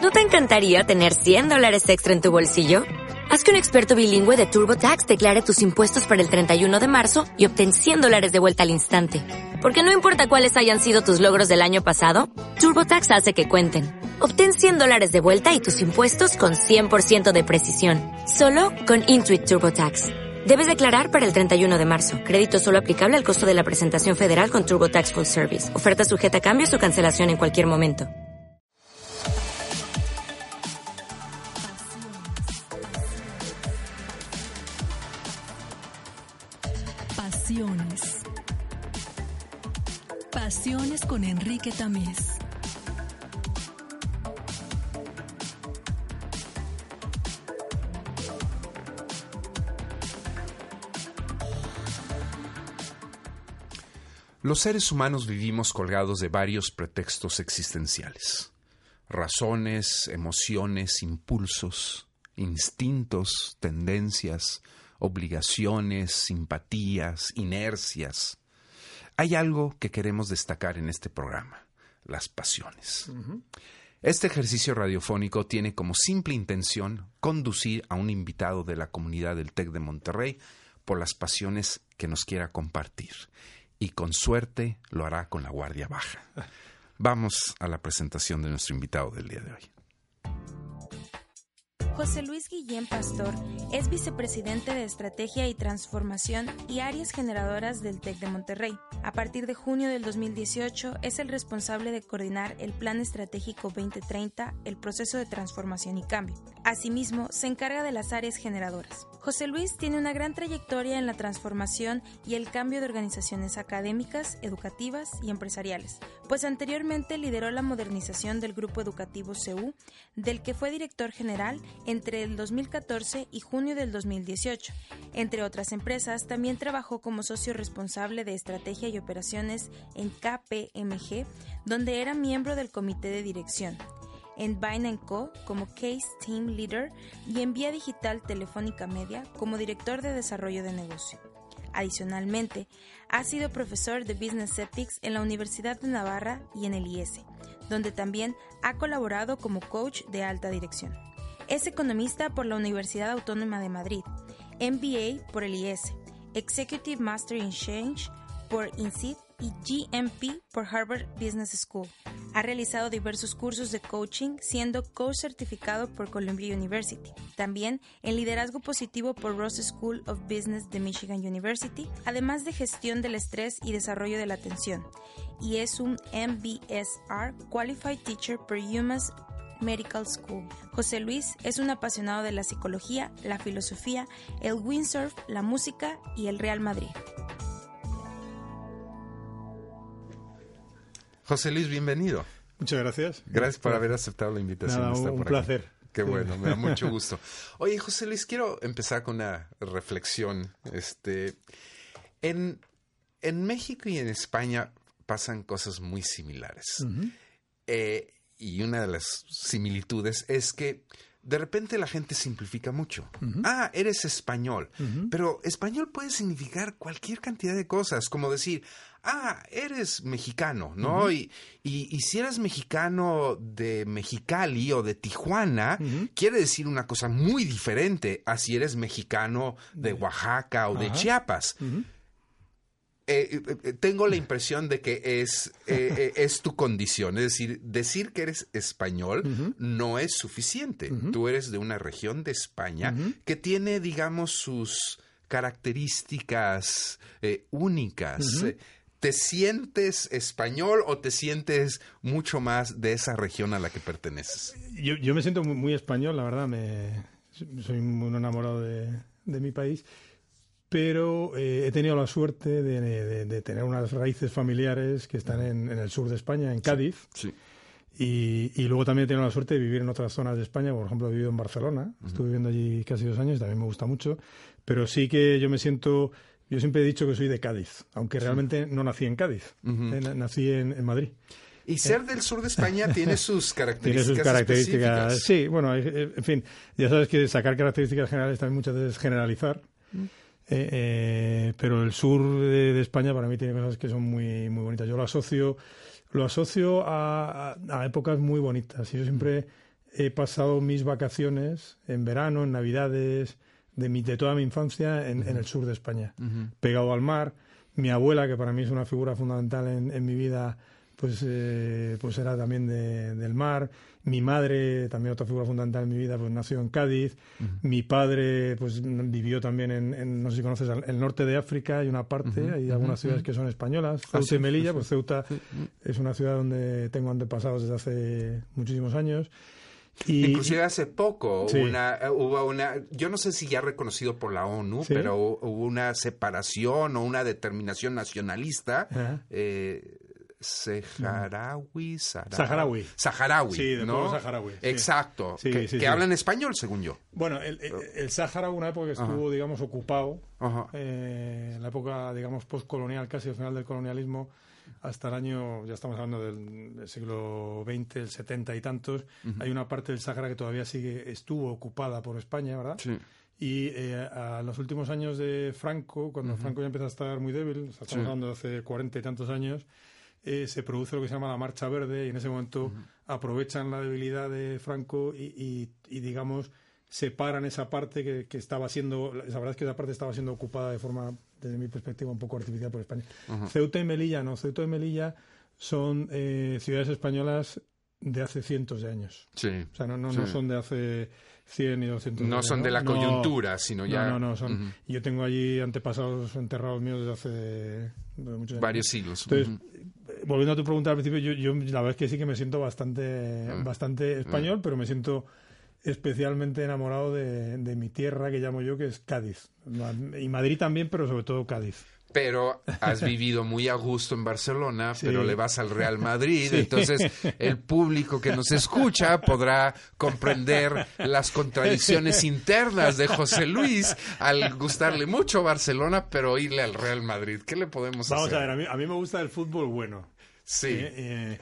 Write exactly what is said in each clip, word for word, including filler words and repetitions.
¿No te encantaría tener cien dólares extra en tu bolsillo? Haz que un experto bilingüe de TurboTax declare tus impuestos para el treinta y uno de marzo y obtén cien dólares de vuelta al instante. Porque no importa cuáles hayan sido tus logros del año pasado, TurboTax hace que cuenten. Obtén cien dólares de vuelta y tus impuestos con cien por ciento de precisión. Solo con Intuit TurboTax. Debes declarar para el treinta y uno de marzo. Crédito solo aplicable al costo de la presentación federal con TurboTax Full Service. Oferta sujeta a cambios o cancelación en cualquier momento. Pasiones. Pasiones con Enrique Tamés. Los seres humanos vivimos colgados de varios pretextos existenciales. Razones, emociones, impulsos, instintos, tendencias, obligaciones, simpatías, inercias. Hay algo que queremos destacar en este programa: las pasiones. Uh-huh. Este ejercicio radiofónico tiene como simple intención conducir a un invitado de la comunidad del TEC de Monterrey por las pasiones que nos quiera compartir. Y con suerte lo hará con la guardia baja. Vamos a la presentación de nuestro invitado del día de hoy. José Luis Guillén Pastor es vicepresidente de Estrategia y Transformación y Áreas Generadoras del TEC de Monterrey. A partir de junio del dos mil dieciocho es el responsable de coordinar el Plan Estratégico veinte treinta, el proceso de transformación y cambio. Asimismo, se encarga de las áreas generadoras. José Luis tiene una gran trayectoria en la transformación y el cambio de organizaciones académicas, educativas y empresariales, pues anteriormente lideró la modernización del Grupo Educativo C U, del que fue director general entre el dos mil catorce y junio del dos mil dieciocho. Entre otras empresas, también trabajó como socio responsable de estrategia y operaciones en K P M G, donde era miembro del comité de dirección, en Bain and Co como Case Team Leader y en Vía Digital Telefónica Media como director de desarrollo de negocio. Adicionalmente, ha sido profesor de Business Ethics en la Universidad de Navarra y en el I E S E, donde también ha colaborado como coach de alta dirección. Es economista por la Universidad Autónoma de Madrid, M B A por el I E S E, Executive Master in Change por INSEAD y G M P por Harvard Business School. Ha realizado diversos cursos de coaching, siendo coach certificado por Columbia University. También en liderazgo positivo por Ross School of Business de Michigan University, además de gestión del estrés y desarrollo de la atención. Y es un M B S R Qualified Teacher por UMass Medical School. José Luis es un apasionado de la psicología, la filosofía, el windsurf, la música y el Real Madrid. José Luis, bienvenido. Muchas gracias. Gracias por haber aceptado la invitación. Nada, de estar un por placer. Aquí. Qué bueno, me da mucho gusto. Oye, José Luis, quiero empezar con una reflexión. Este, en, en México y en España pasan cosas muy similares. Uh-huh. Eh, y una de las similitudes es que de repente la gente simplifica mucho. Uh-huh. Ah, eres español. Uh-huh. Pero español puede significar cualquier cantidad de cosas, como decir, ah, eres mexicano, ¿no? Uh-huh. Y, y, y si eres mexicano de Mexicali o de Tijuana, uh-huh, quiere decir una cosa muy diferente a si eres mexicano de Oaxaca o uh-huh, de Chiapas. Uh-huh. Eh, eh, tengo la impresión de que es, eh, eh, es tu condición. Es decir, decir que eres español uh-huh, no es suficiente. Uh-huh. Tú eres de una región de España uh-huh, que tiene, digamos, sus características eh, únicas. Uh-huh. ¿Te sientes español o te sientes mucho más de esa región a la que perteneces? Yo, yo me siento muy, muy español, la verdad. Me, soy muy enamorado de, de mi país. Pero eh, he tenido la suerte de, de, de tener unas raíces familiares que están en, en el sur de España, en Cádiz. Sí, sí. Y, y luego también he tenido la suerte de vivir en otras zonas de España. Por ejemplo, he vivido en Barcelona. Uh-huh. Estuve viviendo allí casi dos años y también me gusta mucho. Pero sí que yo me siento... Yo siempre he dicho que soy de Cádiz, aunque sí, realmente no nací en Cádiz. Uh-huh. eh, nací en, en Madrid. Y ser eh, del sur de España tiene sus características Tiene sus características, específicas. Sí, bueno, en fin, ya sabes que sacar características generales también muchas veces es generalizar. Uh-huh. Eh, eh, pero el sur de, de España para mí tiene cosas que son muy, muy bonitas. Yo lo asocio, lo asocio a, a, a épocas muy bonitas. Y yo siempre he pasado mis vacaciones en verano, en Navidades, de, mi, de toda mi infancia en, uh-huh. en el sur de España, uh-huh. pegado al mar. Mi abuela, que para mí es una figura fundamental en, en mi vida, pues, eh, pues era también de, del mar. Mi madre, también otra figura fundamental en mi vida, pues nació en Cádiz. Uh-huh. Mi padre, pues vivió también en, en, no sé si conoces, el norte de África, hay una parte, uh-huh. hay algunas uh-huh. ciudades que son españolas, Ceuta ah, sí, y Melilla, sí, pues Ceuta sí. es una ciudad donde tengo antepasados desde hace muchísimos años. Y, Inclusive hace poco sí. una, hubo una, yo no sé si ya reconocido por la ONU, ¿sí? pero hubo una separación o una determinación nacionalista, uh-huh. eh, saharaui, saharaui, saharaui, saharaui, sí, de ¿no? saharaui, sí. Exacto, sí, que, sí, que sí. hablan español, según yo. Bueno, el, el, el Sáhara hubo una época que estuvo, uh-huh. digamos, ocupado, uh-huh. eh, en la época, digamos, postcolonial, casi al final del colonialismo, hasta el año, ya estamos hablando del, del siglo veinte, el setenta y tantos, uh-huh. hay una parte del Sáhara que todavía sigue, estuvo ocupada por España, ¿verdad? Sí. Y eh, a los últimos años de Franco, cuando uh-huh. Franco ya empieza a estar muy débil, estamos sí. hablando de hace cuarenta y tantos años, eh, se produce lo que se llama la Marcha Verde, y en ese momento uh-huh. aprovechan la debilidad de Franco y, y, y digamos, separan esa parte que, que estaba siendo, la verdad es que esa parte estaba siendo ocupada de forma, desde mi perspectiva, un poco artificial por España. Uh-huh. Ceuta y Melilla, no, Ceuta y Melilla son eh, ciudades españolas de hace cientos de años. Sí. O sea, no, no, sí. no son de hace cien y doscientos no años. Son ¿no? de la no, coyuntura, sino ya... No, no, no, son... Uh-huh. Yo tengo allí antepasados enterrados míos desde hace de muchos años. Varios siglos. Entonces, uh-huh. volviendo a tu pregunta al principio, yo, yo la verdad es que sí que me siento bastante, uh-huh. bastante español, uh-huh. pero me siento especialmente enamorado de, de mi tierra, que llamo yo, que es Cádiz. Y Madrid también, pero sobre todo Cádiz. Pero has vivido muy a gusto en Barcelona, sí. pero le vas al Real Madrid, sí. entonces el público que nos escucha podrá comprender las contradicciones internas de José Luis al gustarle mucho Barcelona, pero irle al Real Madrid. ¿Qué le podemos Vamos hacer? Vamos a ver, a mí, a mí me gusta el fútbol bueno. Sí. Eh, eh,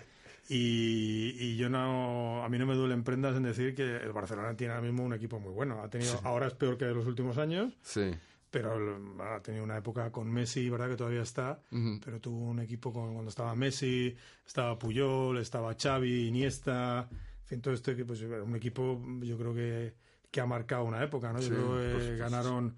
y, y yo no, a mí no me duelen prendas en decir que el Barcelona tiene ahora mismo un equipo muy bueno. Ha tenido, sí. ahora es peor que de los últimos años. Sí. Pero ha tenido una época con Messi, ¿verdad? Que todavía está, uh-huh. pero tuvo un equipo con, cuando estaba Messi, estaba Puyol, estaba Xavi, Iniesta, en fin, todo este equipo, pues, un equipo yo creo que, que ha marcado una época, ¿no? Yo sí, creo que pues, ganaron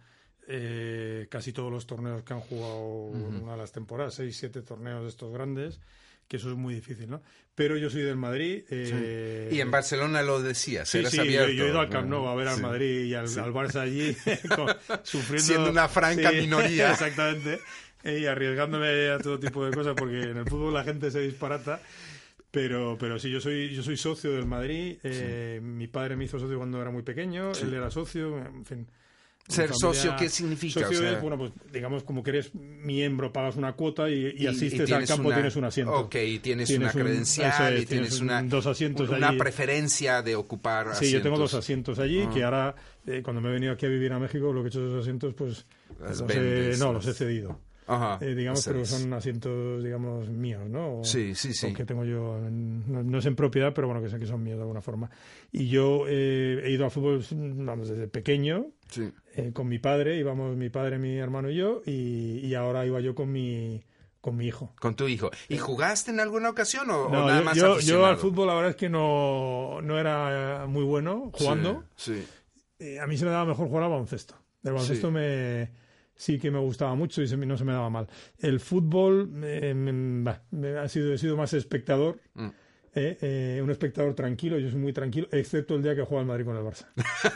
eh, casi todos los torneos que han jugado uh-huh. en una de las temporadas, seis, siete torneos de estos grandes, que eso es muy difícil, ¿no? Pero yo soy del Madrid. Eh... Sí. Y en Barcelona lo decías, sí, eras sí, abierto. Yo, yo he ido al Camp Nou a ver al sí. Madrid y al, sí. al Barça allí, con, sufriendo... Siendo una franca sí, minoría. Exactamente, y arriesgándome a todo tipo de cosas, porque en el fútbol la gente se disparata. Pero, pero sí, yo soy, yo soy socio del Madrid. Eh, sí. Mi padre me hizo socio cuando era muy pequeño, sí. él era socio, en fin... Ser familia, socio, ¿qué significa? Socio o sea, es, bueno, pues digamos, como que eres miembro, pagas una cuota y, y asistes y al campo, una, tienes un asiento. Ok, tienes, tienes una un, credencial es, y tienes, tienes una, dos asientos una allí. preferencia de ocupar sí, asientos. Sí, yo tengo dos asientos allí, uh-huh. que ahora, eh, cuando me he venido aquí a vivir a México, lo que he hecho de esos asientos, pues, los he, no, los he cedido. Ajá, eh, digamos, pero son asientos, digamos, míos, ¿no? O, sí, sí, sí. Que tengo yo, no, no es en propiedad, pero bueno, que sé que son míos de alguna forma. Y yo eh, he ido al fútbol, vamos, desde pequeño, sí. eh, con mi padre, íbamos mi padre, mi hermano y yo, y, y ahora iba yo con mi con mi hijo. Con tu hijo. ¿Y jugaste en alguna ocasión o, no, o nada yo, más yo, aficionado? Yo al fútbol la verdad es que no, no era muy bueno jugando. Sí, sí. Eh, a mí se me daba mejor jugar al baloncesto. El baloncesto sí. me... sí que me gustaba mucho y se, no se me daba mal. El fútbol eh, me, me ha sido, he sido más espectador, mm. eh, eh, un espectador tranquilo, yo soy muy tranquilo, excepto el día que juega el Madrid con el Barça.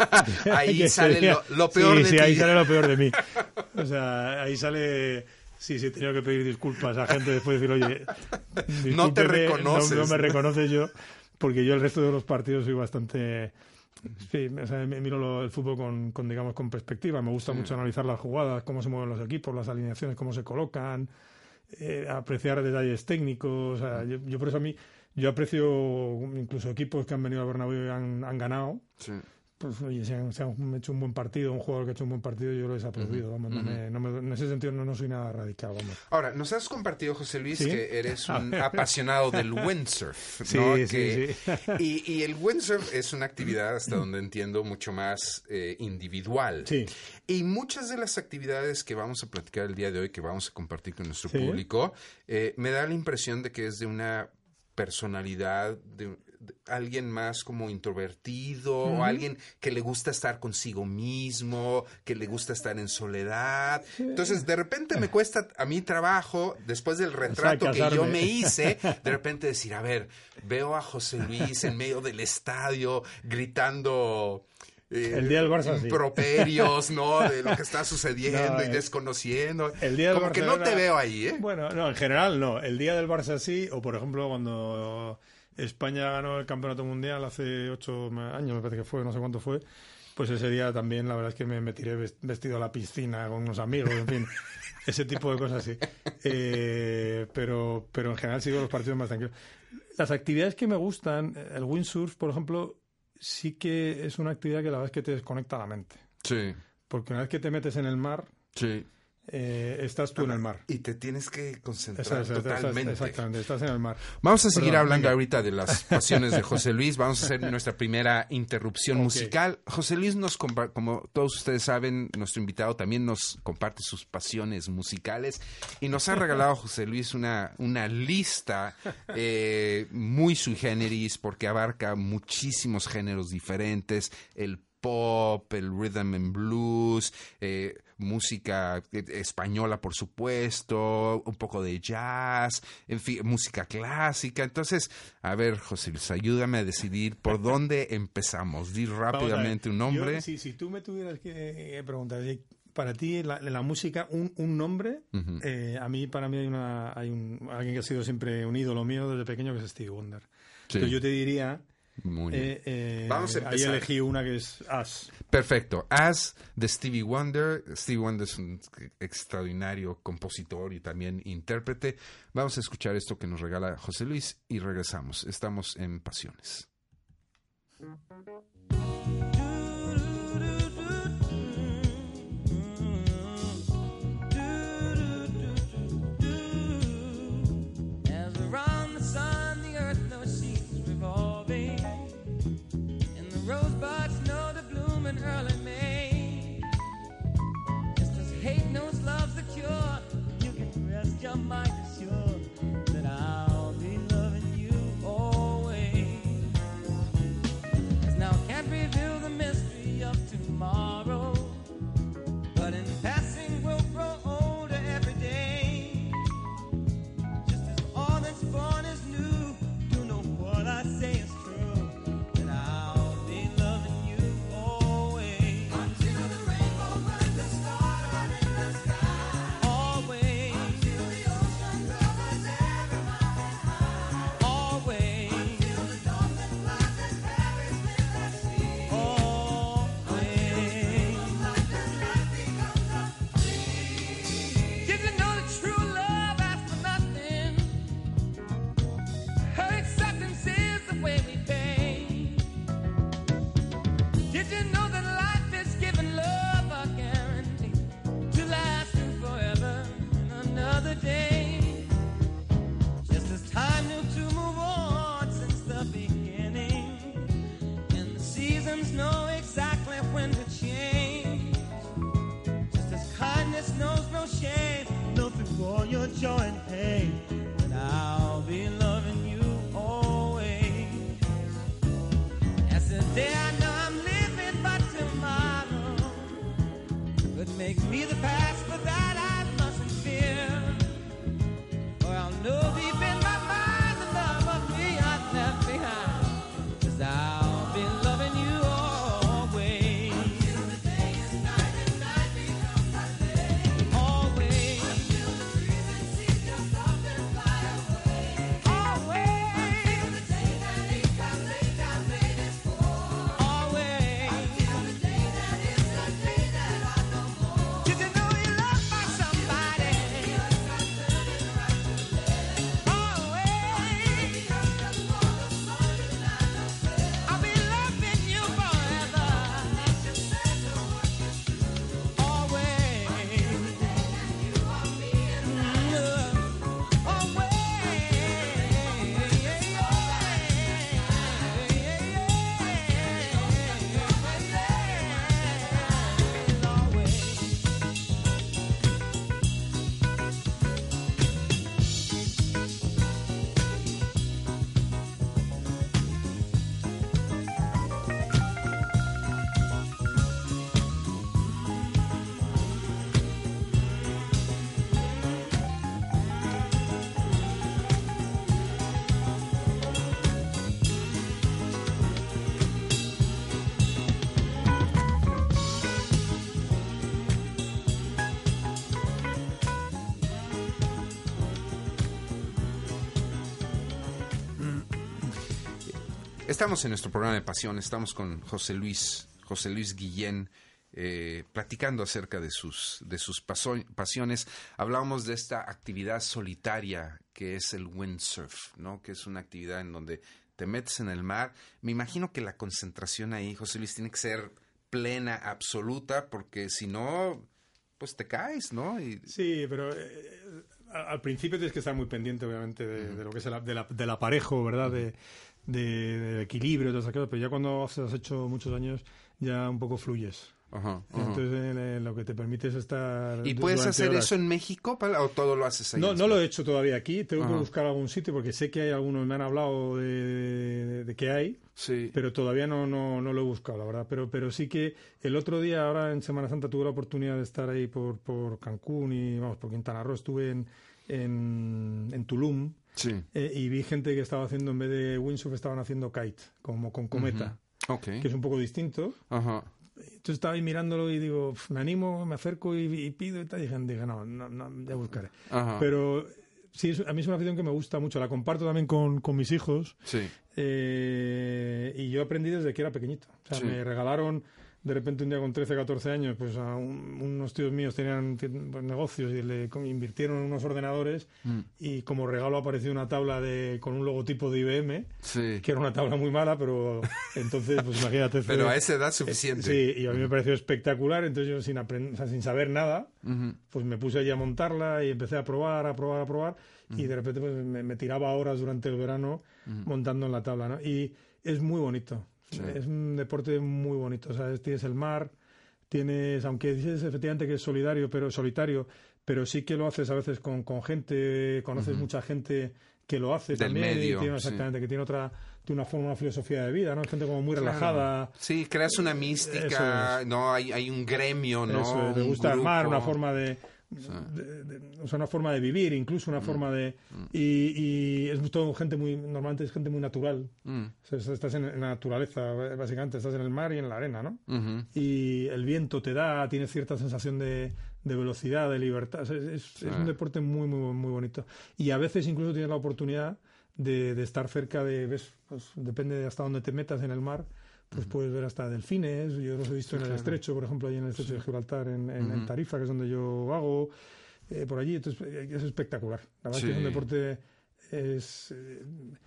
Ahí sale sería, lo, lo peor sí, de sí, ti. Ahí sale lo peor de mí. O sea, ahí sale... Sí, sí, he tenido que pedir disculpas a gente después de decir, oye, no te reconoces. No, no me reconoces yo, porque yo el resto de los partidos soy bastante... Sí, o sea, miro lo, el fútbol con, con, digamos, con perspectiva. Me gusta sí. mucho analizar las jugadas, cómo se mueven los equipos, las alineaciones, cómo se colocan, eh, apreciar detalles técnicos. O sea, yo, yo por eso a mí, yo aprecio incluso equipos que han venido al Bernabéu y han, han ganado. Sí. Pues oye, se han, se han hecho un buen partido, un jugador que ha hecho un buen partido, yo lo he aplaudido, vamos, uh-huh. no me, no me, en ese sentido no, no soy nada radical, vamos. Ahora, nos has compartido, José Luis, ¿Sí? que eres un apasionado del windsurf, sí, ¿no? Sí, que, sí. Y, y el windsurf es una actividad, hasta donde entiendo, mucho más eh, individual. Sí. Y muchas de las actividades que vamos a platicar el día de hoy, que vamos a compartir con nuestro sí. público, eh, me da la impresión de que es de una personalidad, de alguien más como introvertido, Uh-huh. o alguien que le gusta estar consigo mismo, que le gusta estar en soledad. Entonces, de repente me cuesta a mí trabajo, después del retrato O sea, que yo casarme. me hice, de repente decir, a ver, veo a José Luis en medio del estadio gritando... Eh, El día del Barça, sí. improperios, ¿no? De lo que está sucediendo No, y eh, desconociendo. El día del Como que no te Barcelona- veo ahí, ¿eh? Bueno, no, en general no. El día del Barça sí, o por ejemplo cuando España ganó el Campeonato Mundial hace ocho años, me parece que fue, no sé cuánto fue, pues ese día también la verdad es que me, me tiré vestido a la piscina con unos amigos, en fin, ese tipo de cosas sí. Eh, pero, pero en general sigo los partidos más tranquilos. Las actividades que me gustan, el windsurf, por ejemplo, sí que es una actividad que la verdad es que te desconecta la mente. Sí, Porque una vez que te metes en el mar, sí. eh, estás tú en el mar. Y te tienes que concentrar Eso es, estás- totalmente. exactamente, estás en el mar. Vamos a seguir Perdón, hablando venga. ahorita de las pasiones de José Luis. Vamos a hacer nuestra primera interrupción Ok. musical. José Luis nos compa- como todos ustedes saben, nuestro invitado también nos comparte sus pasiones musicales y nos ha regalado José Luis una, una lista eh, muy sui generis porque abarca muchísimos géneros diferentes, el pop, el rhythm and blues, eh, música eh, española, por supuesto, un poco de jazz, en fin, música clásica. Entonces, a ver, José Luis, ayúdame a decidir por dónde empezamos. Di Vamos a ver, rápidamente un nombre. yo, si, si tú me tuvieras que preguntar, si para ti la, la música, un, un nombre, Ujú. eh, a mí, para mí hay, una, hay un, alguien que ha sido siempre un ídolo mío desde pequeño, que es Stevie Wonder. Sí. Entonces yo te diría, Muy bien. eh, eh, Vamos a ahí empezar. elegí una que es Us. Perfecto. As de Stevie Wonder. Stevie Wonder es un extraordinario compositor y también intérprete. Vamos a escuchar esto que nos regala José Luis y regresamos. Estamos en Pasiones. As around the sun, the earth knows she's revolving, and the rosebuds know to bloom in early May. Just as hate knows love's the cure, you can rest your mind assured that I'll be loving you always. 'Cause now I can't reveal the mystery of tomorrow, but in passing we'll grow older every day. Just as all that's born is new, you know what I say is true, that I'll be loving you always. Until the rainbow burns the star in the sky. Always. Until the ocean covers every mountain high. Always. Until the dawn that flies and carries with the sea. Always. Life and life becomes a dream. Did you know that true love asks for nothing? Her acceptance is the way we pay. Did you know that life is giving love a guarantee to last you forever in another day? Just as time knew to move on since the beginning, and the seasons know exactly when to change. Just as kindness knows no shame, know through all your joy and pain, that I'll be loving you always. As today I know I'm living, but tomorrow could make me the past, but that I mustn't fear. For I'll know deep in my mind the love of me I've left behind, 'cause I'll be loving you always. Until the day is night and night becomes a day. Always. Until the breeze exceeds your Estamos en nuestro programa de Pasión, estamos con José Luis, José Luis Guillén, eh, platicando acerca de sus, de sus paso- pasiones. Hablábamos de esta actividad solitaria que es el windsurf, ¿no? Que es una actividad en donde te metes en el mar. Me imagino que la concentración ahí, José Luis, tiene que ser plena, absoluta, porque si no, pues te caes, ¿no? Y... Sí, pero eh, al principio tienes que estar muy pendiente, obviamente, de, uh-huh. de lo que es el, de la, del aparejo, ¿verdad? De, de, de equilibrio, todo eso, pero ya cuando has hecho muchos años, ya un poco fluyes. Uh-huh, uh-huh. Entonces eh, lo que te permite es estar... ¿Y puedes hacer horas. eso en México o todo lo haces ahí? No, no lo he hecho todavía aquí, tengo uh-huh. que buscar algún sitio porque sé que hay algunos, me han hablado de, de, de que hay, sí. pero todavía no, no, no lo he buscado, la verdad. Pero, pero sí que el otro día, ahora en Semana Santa, tuve la oportunidad de estar ahí por, por Cancún y vamos, por Quintana Roo, estuve en, en, en Tulum. Sí. Eh, y vi gente que estaba haciendo, en vez de windsurf, estaban haciendo kite, como con cometa, uh-huh. okay. que es un poco distinto. Ajá. Uh-huh. Entonces estaba ahí mirándolo y digo, me animo, me acerco y, y pido y tal. Y dije, dije no, no, no, ya buscaré. Ajá. Pero sí, es, a mí es una afición que me gusta mucho. La comparto también con, con mis hijos. Sí. Eh, y yo aprendí desde que era pequeñito. O sea, sí. me regalaron... De repente un día con trece, catorce años, pues a un, unos tíos míos tenían pues, negocios y le invirtieron en unos ordenadores mm. y como regalo apareció una tabla de con un logotipo de I B M, sí. que era una tabla muy mala, pero entonces, pues imagínate. Pero a esa edad suficiente. Eh, sí, y a mí me pareció espectacular, entonces yo sin, aprend- o sea, sin saber nada, uh-huh. pues me puse allí a montarla y empecé a probar, a probar, a probar, uh-huh. y de repente pues me, me tiraba horas durante el verano uh-huh. montando en la tabla, ¿no? Y es muy bonito. Sí. Es un deporte muy bonito, o sea, tienes el mar, tienes, aunque dices efectivamente que es solidario, pero solitario, pero sí que lo haces a veces con, con gente, conoces uh-huh. mucha gente que lo hace del también, medio, y tiene, exactamente, sí. que tiene otra, tiene una forma, una filosofía de vida, ¿no? Gente como muy claro. relajada. Sí, creas una mística, es. no, hay, hay un gremio, ¿no? Eso es, te gusta el mar, una forma de Sí. De, de, o sea, una forma de vivir, incluso una mm. forma de mm. y, y es todo gente muy normalmente es gente muy natural mm. o sea, estás en, en la naturaleza básicamente, estás en el mar y en la arena, ¿no? Uh-huh. Y el viento te da, tienes cierta sensación de, de velocidad, de libertad, o sea, es, sí. es un deporte muy muy muy bonito y a veces incluso tienes la oportunidad de, de estar cerca de, ves, pues, depende de hasta dónde te metas en el mar, pues uh-huh. puedes ver hasta delfines. Yo los he visto sí, en el claro. estrecho, por ejemplo, allí en el estrecho sí. de Gibraltar, en, en, uh-huh. en Tarifa, que es donde yo hago, eh, por allí. Entonces, es espectacular. La verdad sí. es que es un deporte... Es, eh,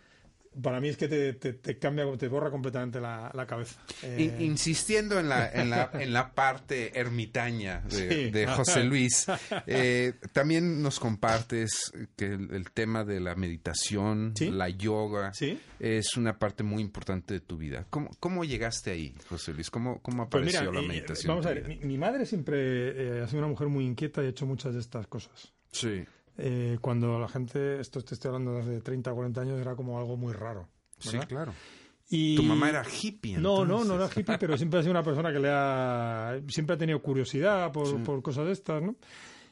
para mí es que te, te, te cambia, te borra completamente la, la cabeza. Eh... Insistiendo en la, en la, en la parte ermitaña de, sí. de José Luis, eh, también nos compartes que el, el tema de la meditación, ¿sí? la yoga, ¿sí? es una parte muy importante de tu vida. ¿Cómo, cómo llegaste ahí, José Luis? ¿Cómo, cómo apareció pues mira, la eh, meditación? Vamos a ver, mi, mi madre siempre eh, ha sido una mujer muy inquieta y ha hecho muchas de estas cosas. Sí. Eh, cuando la gente, esto te estoy hablando de hace treinta o cuarenta años, era como algo muy raro, ¿verdad? Sí, claro. Y... ¿Tu mamá era hippie entonces? No, no, no era hippie, pero siempre ha sido una persona que le ha... Siempre ha tenido curiosidad por, sí. por cosas de estas, ¿no?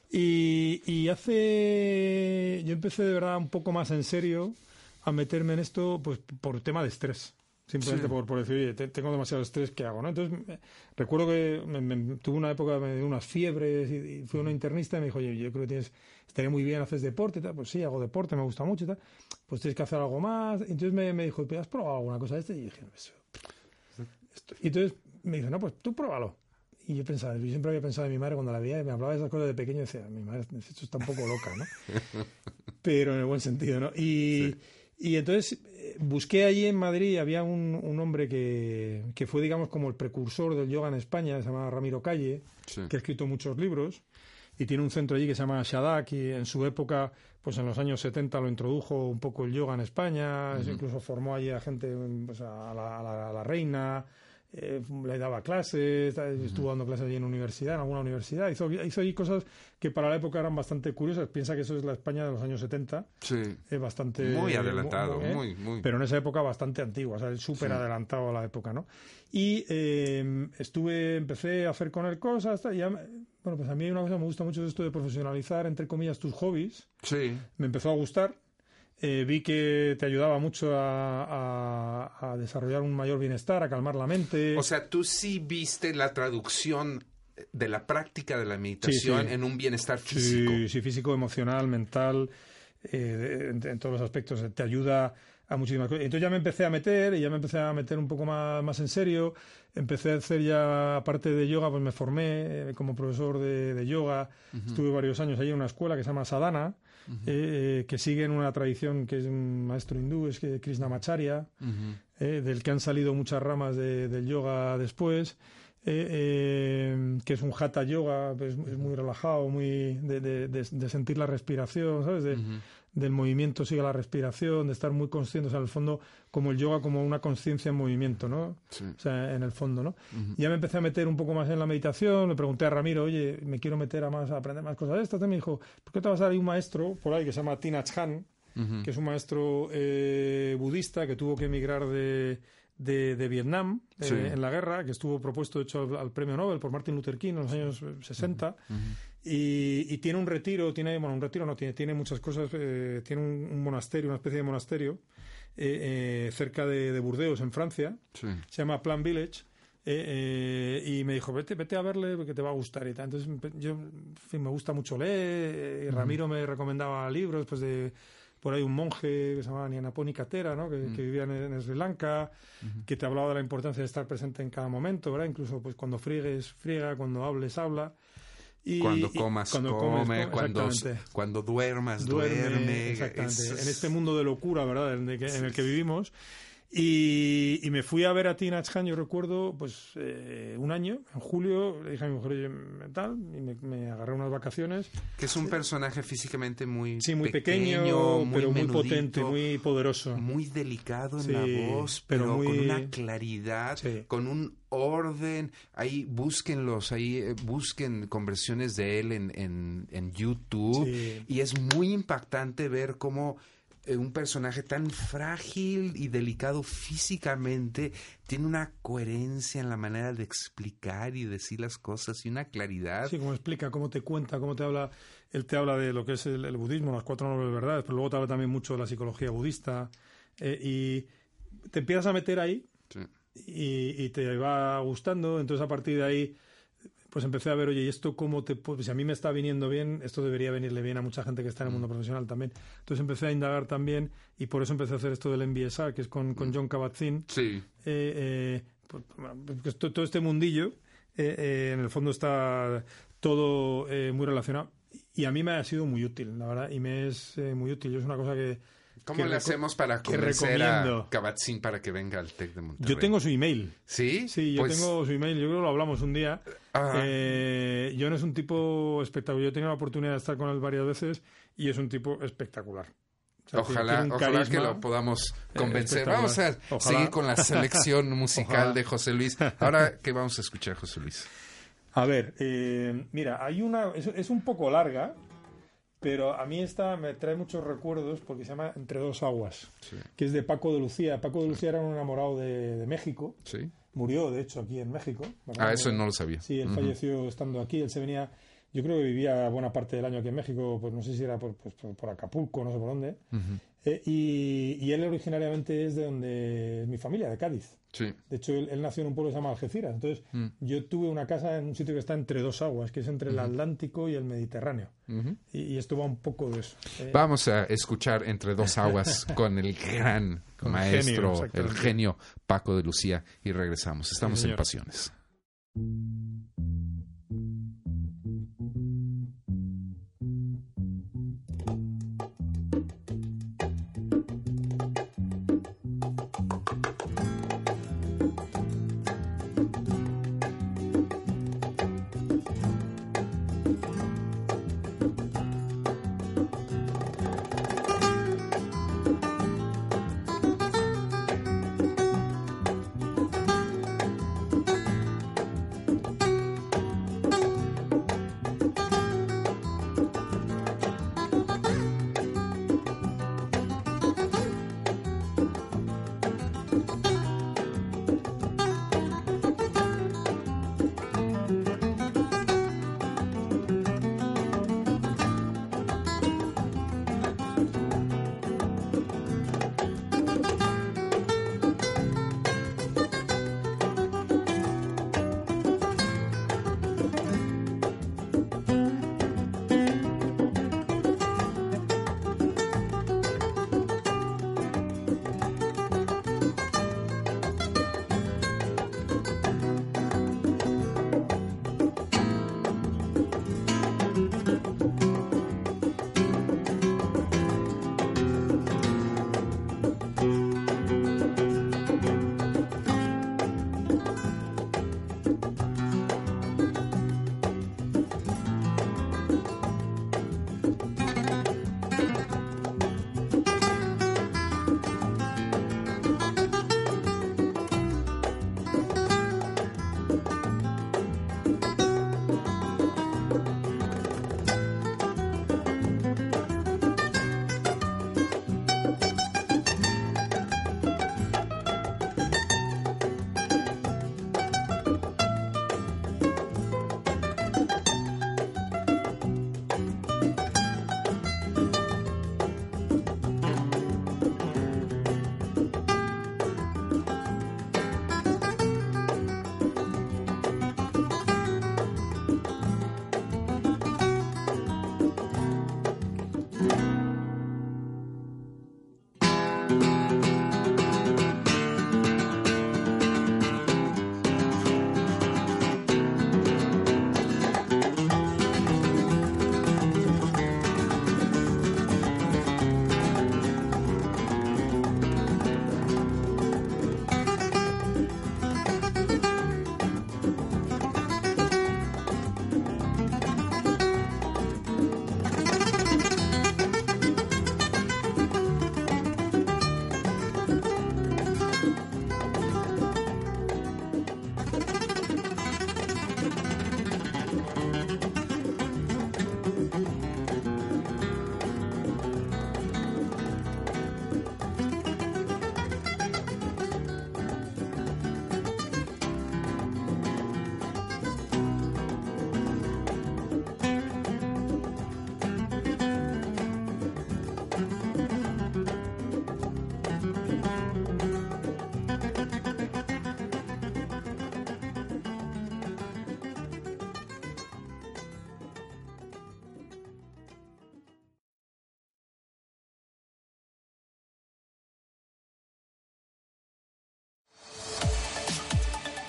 Y, y hace... Yo empecé de verdad un poco más en serio a meterme en esto pues por tema de estrés. Simplemente sí. por, por decir, oye, te, tengo demasiado estrés, ¿qué hago? ¿No? Entonces, me, recuerdo que me, me, tuve una época, me dio unas fiebres y, y fui a una internista y me dijo, oye, yo creo que tienes, estaría muy bien, haces deporte y tal. Pues sí, hago deporte, me gusta mucho y tal. Pues tienes que hacer algo más. Entonces me, me dijo, ¿has probado alguna cosa de esta? Y dije, eso, esto. Y entonces me dijo, no, pues tú pruébalo. Y yo pensaba, yo siempre había pensado en mi madre cuando la veía y me hablaba de esas cosas de pequeño y decía, mi madre, esto está un poco loca, ¿no? Pero en el buen sentido, ¿no? Y... Sí. Y entonces eh, busqué allí en Madrid, había un, un hombre que, que fue, digamos, como el precursor del yoga en España, se llama Ramiro Calle, sí. que ha escrito muchos libros, y tiene un centro allí que se llama Shadak, y en su época, pues en los años setenta lo introdujo un poco el yoga en España, uh-huh. incluso formó allí a gente, pues a, la, a, la, a la reina, eh, le daba clases, uh-huh. estuvo dando clases allí en universidad, en alguna universidad, hizo, hizo allí cosas que para la época eran bastante curiosas. Piensa que eso es la España de los años setenta, sí. es bastante... Muy adelantado, muy, muy, muy... Pero en esa época bastante antigua, o sea, súper sí. adelantado a la época, ¿no? Y eh, estuve, empecé a hacer con él cosas, y ya, bueno, pues a mí hay una cosa que me gusta mucho es esto de profesionalizar, entre comillas, tus hobbies. Sí. Me empezó a gustar. Eh, vi que te ayudaba mucho a, a, a desarrollar un mayor bienestar, a calmar la mente. O sea, tú sí viste la traducción de la práctica de la meditación sí, sí. en un bienestar físico. Sí, sí, físico, emocional, mental, eh, en, en todos los aspectos. Te ayuda a muchísimas cosas. Entonces ya me empecé a meter y ya me empecé a meter un poco más, más en serio. Empecé a hacer ya, aparte de yoga, pues me formé eh, como profesor de, de yoga. Uh-huh. Estuve varios años ahí en una escuela que se llama Sadhana, uh-huh. eh, que sigue en una tradición que es un maestro hindú, es que Krishnamacharya, uh-huh. eh, del que han salido muchas ramas de, del yoga después. Eh, eh, que es un hatha yoga, pues, es muy relajado, muy de, de, de, de sentir la respiración, ¿sabes? De, uh-huh. Del movimiento sigue la respiración, de estar muy conscientes, o sea, en el fondo, como el yoga, como una conciencia en movimiento, ¿no? Sí. O sea, en el fondo, ¿no? Uh-huh. Ya me empecé a meter un poco más en la meditación, le pregunté a Ramiro, oye, me quiero meter a más, a aprender más cosas de estas, y me dijo, ¿por qué te vas a dar un maestro por ahí que se llama Thich Nhat Hanh, uh-huh. que es un maestro eh, budista que tuvo que emigrar de... De, de Vietnam, eh, sí. en la guerra, que estuvo propuesto, de hecho, al, al premio Nobel por Martin Luther King en los años sesenta, uh-huh. Uh-huh. Y, y tiene un retiro, tiene, bueno, un retiro no, tiene, tiene muchas cosas, eh, tiene un, un monasterio, una especie de monasterio, eh, eh, cerca de, de Burdeos, en Francia, sí. Se llama Plan Village, eh, eh, y me dijo, vete, vete a verle porque te va a gustar y tal. Entonces, yo, en fin, me gusta mucho leer, y Ramiro uh-huh. me recomendaba libros, pues de... Por ahí un monje que se llamaba Nyanaponika Thera, ¿no? que, mm. que vivía en, en Sri Lanka, uh-huh. que te hablaba de la importancia de estar presente en cada momento, ¿verdad? Incluso pues cuando friegues, friega, cuando hables, habla. Y, cuando comas, y cuando come, comes, cuando, cuando duermas, duerme. duerme exactamente, es... en este mundo de locura, ¿verdad? En el que, en el que vivimos. Y, y me fui a ver a Thich Nhat Hanh, yo recuerdo, pues eh, un año, en julio, le dije a mi mujer, oye, tal, y me, me agarré unas vacaciones. Que es un personaje físicamente muy Sí, muy pequeño, pequeño, muy pero menudito, muy potente, muy poderoso. Muy delicado en sí, la voz, pero, pero muy... con una claridad, sí. con un orden. Ahí búsquenlos, ahí eh, busquen conversiones de él en, en, en YouTube. Sí. Y es muy impactante ver cómo... un personaje tan frágil y delicado físicamente tiene una coherencia en la manera de explicar y decir las cosas y una claridad. Sí, como explica, cómo te cuenta, cómo te habla. Él te habla de lo que es el, el budismo, las cuatro nobles verdades, pero luego te habla también mucho de la psicología budista, eh, y te empiezas a meter ahí, sí. y, y te va gustando. Entonces a partir de ahí pues empecé a ver, oye, ¿y esto cómo te puede...? Si a mí me está viniendo bien, esto debería venirle bien a mucha gente que está en el mundo profesional también. Entonces empecé a indagar también, y por eso empecé a hacer esto del M B S R, que es con, con John Kabat-Zinn. Sí. Eh, eh, pues, pues, todo este mundillo, eh, eh, en el fondo está todo eh, muy relacionado. Y a mí me ha sido muy útil, la verdad, y me es eh, muy útil. Es una cosa que... ¿Cómo le hacemos para convencer a Kabat-Zinn para que venga al TEC de Monterrey? Yo tengo su email. ¿Sí? Sí, yo pues... tengo su email. Yo creo que lo hablamos un día. Eh, John es un tipo espectacular. Yo he tenido la oportunidad de estar con él varias veces y es un tipo espectacular. O sea, ojalá un ojalá que lo podamos convencer. Vamos a ojalá. seguir con la selección musical ojalá. de José Luis. Ahora, ¿qué vamos a escuchar, José Luis? A ver, eh, mira, hay una... Es, es un poco larga, pero a mí esta me trae muchos recuerdos porque se llama Entre dos aguas, sí. que es de Paco de Lucía. Paco de Lucía era un enamorado de, de México. Sí. Murió, de hecho, aquí en México. Ah, eso no lo sabía. Sí, él uh-huh. falleció estando aquí. Él se venía... Yo creo que vivía buena parte del año aquí en México, pues no sé si era por, pues, por, por Acapulco, no sé por dónde. Uh-huh. Eh, y, y él originariamente es de donde es mi familia, de Cádiz. Sí. De hecho, él, él nació en un pueblo que se llama Algeciras. Entonces, uh-huh. yo tuve una casa en un sitio que está entre dos aguas, que es entre uh-huh. el Atlántico y el Mediterráneo. Uh-huh. Y, y esto va un poco de eso. Eh, Vamos a escuchar Entre dos aguas con el gran con maestro, genio, el genio Paco de Lucía, y regresamos. Estamos sí, en Pasiones.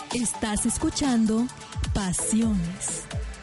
Estás escuchando Pasiones.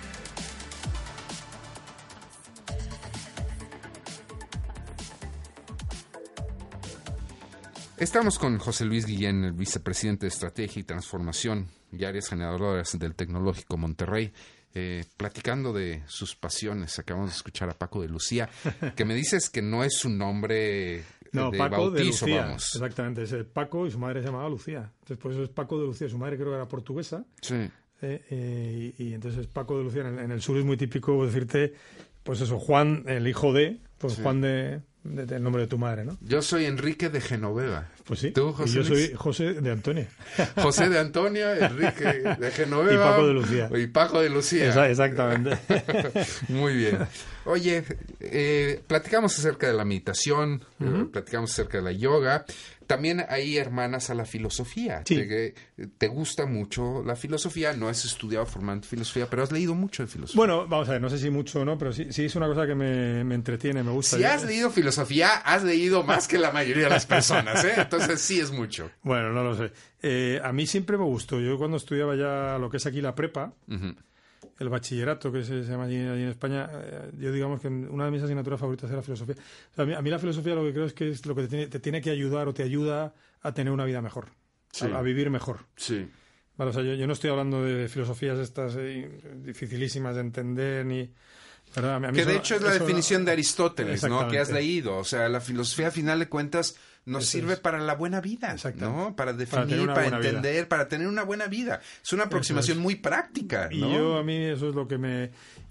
Estamos con José Luis Guillén, el vicepresidente de Estrategia y Transformación y Áreas Generadoras del Tecnológico Monterrey, eh, platicando de sus pasiones. Acabamos de escuchar a Paco de Lucía, que me dices que no es su nombre no, de Paco bautizo, de Lucía, vamos. Exactamente, es el Paco y su madre se llamaba Lucía. Entonces, por eso es Paco de Lucía. Su madre creo que era portuguesa. Sí. Eh, eh, y, y entonces Paco de Lucía, en el, en el sur es muy típico decirte, pues eso, Juan, el hijo de, pues sí. Juan de... del nombre de tu madre, ¿no? Yo soy Enrique de Genoveva. Pues sí. ¿Tú, José y yo Luis? soy José de Antonia. José de Antonia, Enrique de Genoveva. Y Paco de Lucía. Y Paco de Lucía. Esa, exactamente. Muy bien. Oye, eh, platicamos acerca de la meditación, uh-huh. eh, platicamos acerca de la yoga. También hay hermanas a la filosofía. Sí. Te, te gusta mucho la filosofía. No has estudiado formalmente filosofía, pero has leído mucho de filosofía. Bueno, vamos a ver, no sé si mucho o no, pero sí, sí es una cosa que me, me entretiene, me gusta. Si has leído filosofía, has leído más que la mayoría de las personas, ¿eh? Entonces sí es mucho. Bueno, no lo sé. Eh, a mí siempre me gustó. Yo cuando estudiaba ya lo que es aquí la prepa, uh-huh. el bachillerato, que se, se llama allí, allí en España, eh, yo digamos que una de mis asignaturas favoritas era filosofía. O sea, a, mí, a mí la filosofía lo que creo es que es lo que te tiene, te tiene que ayudar o te ayuda a tener una vida mejor, sí. a, a vivir mejor. Sí. Vale, o sea, yo, yo no estoy hablando de filosofías estas eh, dificilísimas de entender ni... ¿verdad? A mí, a mí que eso, de hecho es la definición de Aristóteles, ¿no? Que has leído. O sea, la filosofía, a final de cuentas, nos eso sirve es. para la buena vida, ¿no? Para definir, para, para entender, vida. para tener una buena vida. Es una aproximación es. muy práctica, ¿no? Y yo, a mí, eso es lo que me...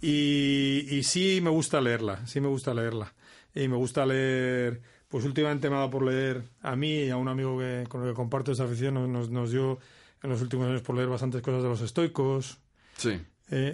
Y, y sí me gusta leerla, sí me gusta leerla. Y me gusta leer... Pues últimamente me ha dado por leer a mí y a un amigo que, con el que comparto esa afición, nos, nos dio en los últimos años por leer bastantes cosas de los estoicos. Sí. Eh,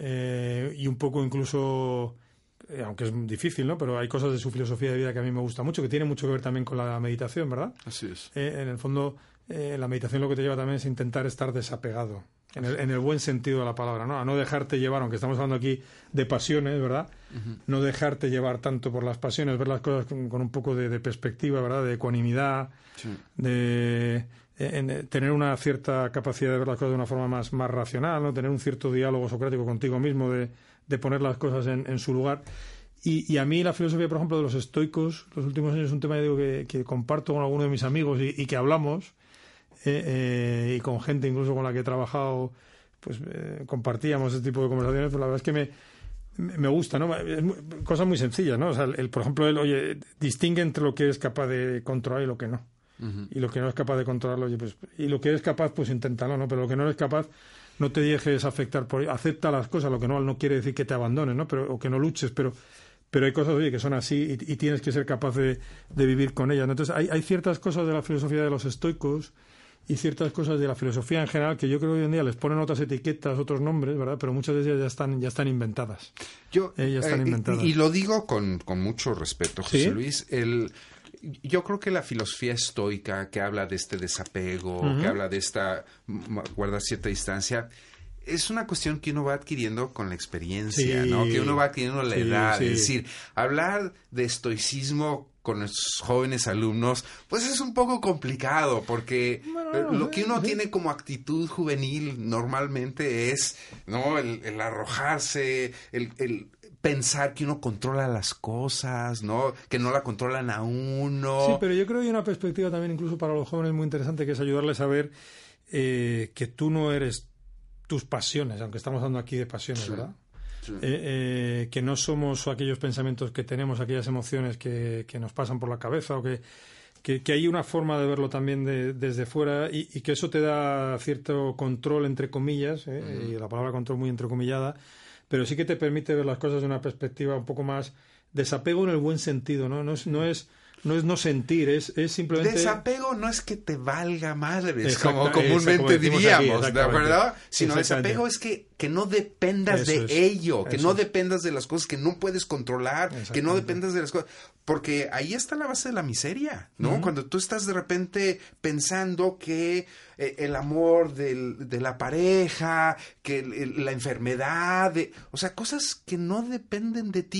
eh, y un poco incluso... aunque es difícil, ¿no? Pero hay cosas de su filosofía de vida que a mí me gusta mucho, que tiene mucho que ver también con la meditación, ¿verdad? Así es. Eh, en el fondo, eh, la meditación lo que te lleva también es intentar estar desapegado, en el, en el buen sentido de la palabra, ¿no? A no dejarte llevar, aunque estamos hablando aquí de pasiones, ¿verdad? Uh-huh. No dejarte llevar tanto por las pasiones, ver las cosas con, con un poco de, de perspectiva, ¿verdad? De ecuanimidad, sí. de... En tener una cierta capacidad de ver las cosas de una forma más, más racional, ¿no? Tener un cierto diálogo socrático contigo mismo, de, de poner las cosas en, en su lugar. Y, y a mí la filosofía, por ejemplo, de los estoicos, los últimos años es un tema digo, que, que comparto con algunos de mis amigos y, y que hablamos, eh, eh, y con gente incluso con la que he trabajado, pues eh, compartíamos este tipo de conversaciones, pero la verdad es que me, me gusta, ¿no? Es muy, cosas muy sencillas, ¿no? O sea, el, el, por ejemplo, el, oye, distingue entre lo que eres capaz de controlar y lo que no. Uh-huh. Y lo que no es capaz de controlarlo, oye, pues, y lo que eres capaz, pues inténtalo, ¿no? Pero lo que no eres capaz, no te dejes afectar por ello. Acepta las cosas, lo que no no quiere decir que te abandones, ¿no? Pero, o que no luches, pero, pero hay cosas, oye, que son así y, y tienes que ser capaz de, de vivir con ellas, ¿no? Entonces, hay, hay ciertas cosas de la filosofía de los estoicos y ciertas cosas de la filosofía en general que yo creo que hoy en día les ponen otras etiquetas, otros nombres, ¿verdad? Pero muchas de ellas ya están, ya están inventadas. Yo, eh, ya están eh, inventadas. Y, y lo digo con, con mucho respeto, José ¿Sí? Luis. El... Yo creo que la filosofía estoica, que habla de este desapego, uh-huh. que habla de esta guardar cierta distancia, es una cuestión que uno va adquiriendo con la experiencia, sí. ¿no? Que uno va adquiriendo la sí, edad. Sí. Es decir, hablar de estoicismo con nuestros jóvenes alumnos, pues es un poco complicado, porque bueno, lo que uno sí. tiene como actitud juvenil normalmente es, ¿no? El, el arrojarse, el... el pensar que uno controla las cosas, ¿no? Que no la controlan a uno. Sí, pero yo creo que hay una perspectiva también incluso para los jóvenes muy interesante, que es ayudarles a ver eh, que tú no eres tus pasiones, aunque estamos hablando aquí de pasiones, sí, ¿verdad? Sí. Eh, eh, que no somos aquellos pensamientos que tenemos, aquellas emociones que, que nos pasan por la cabeza, o que, que, que hay una forma de verlo también de, desde fuera, y, y que eso te da cierto control, entre comillas, eh, uh-huh. y la palabra control muy entrecomillada, pero sí que te permite ver las cosas de una perspectiva un poco más desapego en el buen sentido, ¿no? No es no es no, es no sentir, es, es simplemente... Desapego no es que te valga madres, como comúnmente como diríamos, aquí, ¿de acuerdo? Sino desapego es que, que no dependas eso de es, ello, que no es. dependas de las cosas que no puedes controlar, que no dependas de las cosas... Porque ahí está la base de la miseria, ¿no? Uh-huh. Cuando tú estás de repente pensando que eh, el amor del, de la pareja, que el, el, la enfermedad, de, o sea, cosas que no dependen de ti,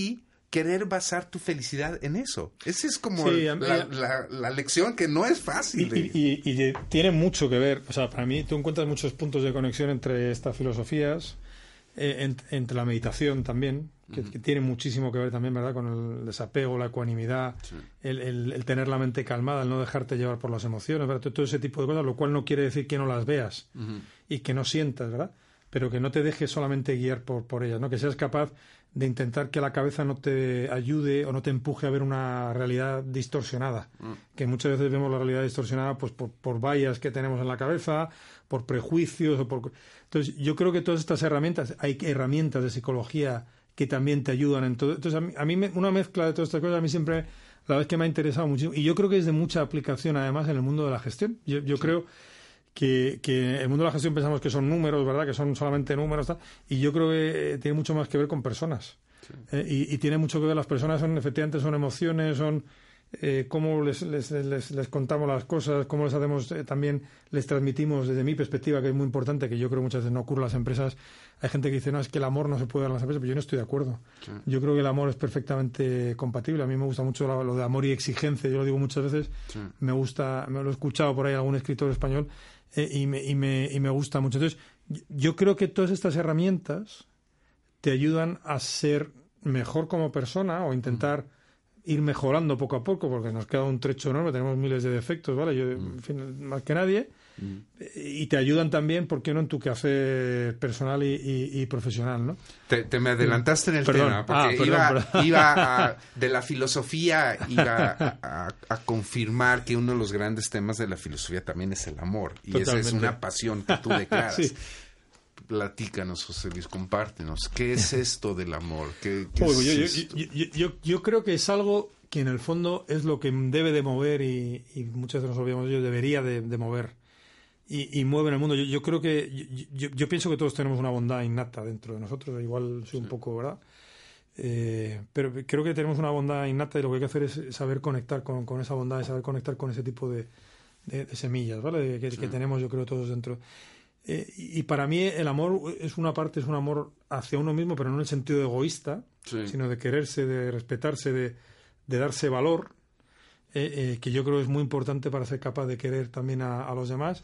querer basar tu felicidad en eso. Esa es como Sí, la, a mí- la, la, la lección que no es Y, fácil. de- y- y- y tiene mucho que ver, o sea, para mí tú encuentras muchos puntos de conexión entre estas filosofías, eh, ent- entre la meditación también, que, que tiene muchísimo que ver también, ¿verdad?, con el desapego, la ecuanimidad, Sí. el, el- el tener la mente calmada, el no dejarte llevar por las emociones, ¿verdad? Todo, todo ese tipo de cosas, lo cual no quiere decir que no las veas Ujú. y que no sientas, ¿verdad? Pero que no te dejes solamente guiar por, por ellas, ¿no? Que seas capaz de intentar que la cabeza no te ayude o no te empuje a ver una realidad distorsionada. Que muchas veces vemos la realidad distorsionada pues por, por vallas que tenemos en la cabeza, por prejuicios o por... Entonces, yo creo que todas estas herramientas, hay herramientas de psicología que también te ayudan en todo. Entonces, a mí, a mí me- una mezcla de todas estas cosas a mí siempre, la vez que me ha interesado muchísimo, y yo creo que es de mucha aplicación además en el mundo de la gestión. Yo, yo creo que, que el mundo de la gestión pensamos que son números, ¿verdad? Que son solamente números, tal, y yo creo que eh, tiene mucho más que ver con personas. Eh, y, y tiene mucho que ver, las personas son, efectivamente, son emociones, son eh, cómo les, les, les, les contamos las cosas, cómo les hacemos, eh, también les transmitimos, desde mi perspectiva, que es muy importante, que yo creo muchas veces no ocurre en las empresas. Hay gente que dice, no, es que el amor no se puede dar en las empresas, pero yo no estoy de acuerdo. Sí. Yo creo que el amor es perfectamente compatible. A mí me gusta mucho lo, lo de amor y exigencia, yo lo digo muchas veces. Sí. Me gusta, me lo he escuchado por ahí algún escritor español, eh, y, me, y, me, y me gusta mucho. Entonces, yo creo que todas estas herramientas te ayudan a ser mejor como persona o intentar ir mejorando poco a poco, porque nos queda un trecho enorme, tenemos miles de defectos, ¿vale? Yo, en fin, más que nadie. Y te ayudan también, ¿por qué no?, en tu quehacer personal y, y, y profesional, ¿no? Te, te me adelantaste en el Perdón. tema, porque Ah, perdón, iba, perdón. iba a, de la filosofía, iba a, a- a confirmar que uno de los grandes temas de la filosofía también es el amor, y esa es Totalmente. una pasión que tú declaras. Sí. Platícanos, José Luis, compártenos. ¿Qué es esto del amor? ¿Qué, qué Joder, es yo, yo, esto? yo, yo, yo- yo creo que es algo que en el fondo es lo que debe de mover y, y muchas veces nos olvidamos de ello, debería de, de mover y, y mueve en el mundo. Yo, yo creo que yo, yo, yo pienso que todos tenemos una bondad innata dentro de nosotros, igual soy un poco, ¿verdad? Eh, pero creo que tenemos una bondad innata y lo que hay que hacer es saber conectar con, con esa bondad y saber conectar con ese tipo de, de, de semillas, ¿vale? De- que, Sí. que tenemos, yo creo, todos dentro. Eh, y y para mí el amor es una parte, es un amor hacia uno mismo, pero no en el sentido egoísta, Sí. sino de quererse, de respetarse, de, de darse valor, eh, eh, que yo creo que es muy importante para ser capaz de querer también a, a los demás.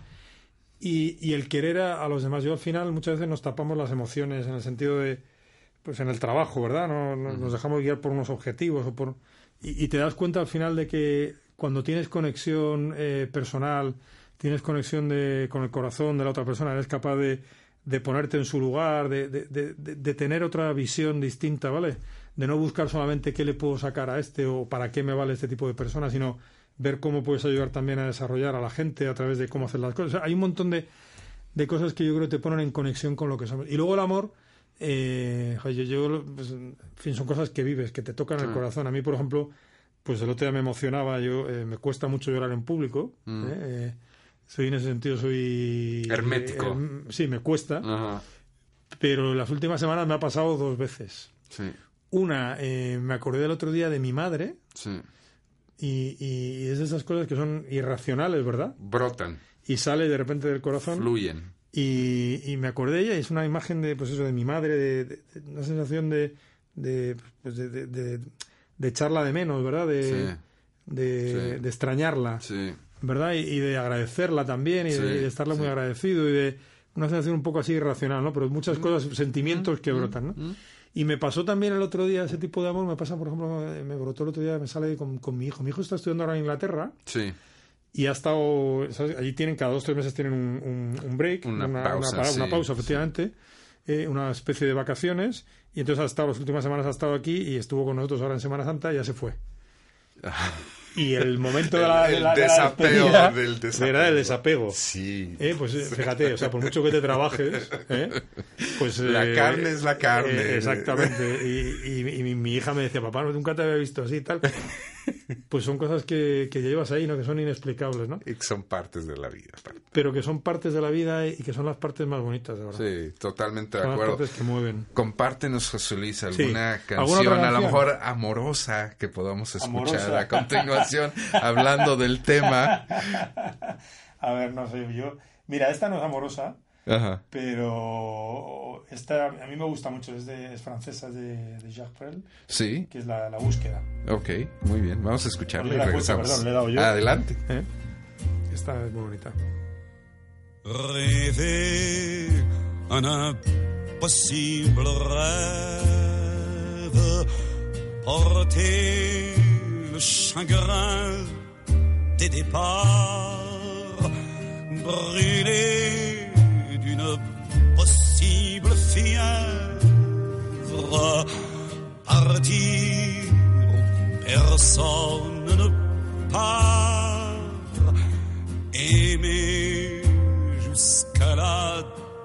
Y, y el querer a, a los demás, yo al final muchas veces nos tapamos las emociones en el sentido de, pues en el trabajo, ¿verdad? No, no- nos dejamos guiar por unos objetivos o por y, y te das cuenta al final de que cuando tienes conexión eh, personal, tienes conexión de, con el corazón de la otra persona, eres capaz de, de ponerte en su lugar, de, de, de, de- de tener otra visión distinta, ¿vale? De no buscar solamente qué le puedo sacar a este o para qué me vale este tipo de persona, sino ver cómo puedes ayudar también a desarrollar a la gente a través de cómo hacer las cosas. O sea, hay un montón de, de cosas que yo creo que te ponen en conexión con lo que somos. Y luego el amor, eh, yo, yo, pues, en fin, son cosas que vives, que te tocan el Sí. corazón. A mí, por ejemplo, pues el otro día me emocionaba, yo eh, me cuesta mucho llorar en público. Mm. ¿eh? Eh, soy en ese sentido, soy... Hermético. eh, sí, me cuesta, Ajá. pero las últimas semanas me ha pasado dos veces. Sí, Una, eh, me acordé el otro día de mi madre sí. y, y es de esas cosas que son irracionales, ¿verdad? Brotan, Y sale de repente del corazón. fluyen. Y, y me acordé de ella, y es una imagen de, pues eso, de mi madre, de, de- de una sensación de de, pues de, de, de, de echarla de menos, ¿verdad? De, Sí. de, Sí. de extrañarla, Sí, ¿verdad? Y, y de agradecerla también, y, Sí, de, y de estarle sí. muy agradecido, y de una sensación un poco así irracional, ¿no? Pero muchas cosas, sentimientos que brotan, ¿no? mm. Y me pasó también el otro día ese tipo de amor, me pasa, por ejemplo, me brotó el otro día, me sale con, con mi hijo. Mi hijo está estudiando ahora en Inglaterra, sí. y ha estado, ¿sabes? Allí tienen, cada dos o tres meses tienen un, un, un break, Una una, pausa, una, para- sí, una pausa, sí. efectivamente, eh, una especie de vacaciones, y entonces ha estado, las últimas semanas ha estado aquí y estuvo con nosotros ahora en Semana Santa y ya se fue. Y el momento de la, El- de la, el de la desapego, despedida, del desapego. ¿verdad? El desapego. Sí. Eh, pues eh, fíjate, o sea, por mucho que te trabajes, ¿eh? Pues La eh, carne es la carne. eh, exactamente. Y, y- y mi, mi hija me decía, papá, nunca te había visto así y tal. Pues son cosas que, que llevas ahí, ¿no? Que son inexplicables, ¿no? Y que son partes de la vida. Pero que son partes de la vida y que son las partes más bonitas, de verdad. Sí, totalmente de Son las acuerdo. partes que mueven. Compártenos, José Luis, alguna Sí. canción, ¿Alguna otra a lo canción? mejor amorosa, que podamos escuchar Amorosa. a continuación, hablando del tema. A ver, no sé, yo... Mira, esta no es amorosa, Ajá. pero esta a mí me gusta mucho, es, de, es francesa, de, de Jacques Brel, Sí. que es la, la búsqueda. Ok, muy bien. Vamos a escucharla Yo y la he puesto, regresamos. perdón, le he dado yo. Adelante. ¿Eh? Esta es muy bonita. Rêver un impossible rêve, porter le chagrin des départs, brûler d'une possible fièvre, partir où personne ne part, aimer jusqu'à la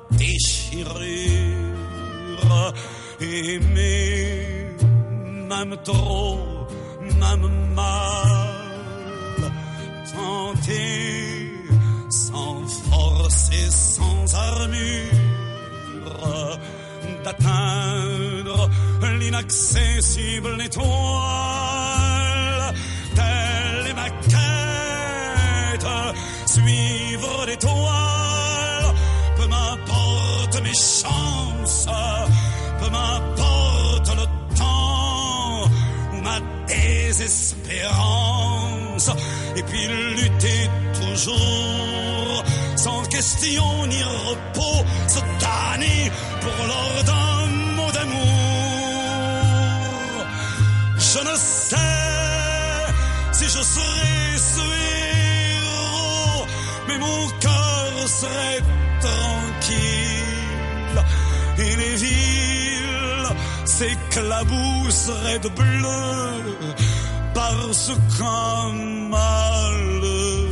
déchirure, aimer même trop, même mal, tenter sans force et sans armure d'atteindre l'inaccessible étoile, telle est ma quête, suivre l'étoile, peu m'importe mes chances, peu m'importe le temps ou ma désespérance, et puis lutter toujours, sans question ni repos, se damner pour l'or d'un mot d'amour. Je ne sais si je serai ce héros, mais mon cœur serait tranquille, et les villes s'éclabousseraient de bleu, parce qu'un malheureux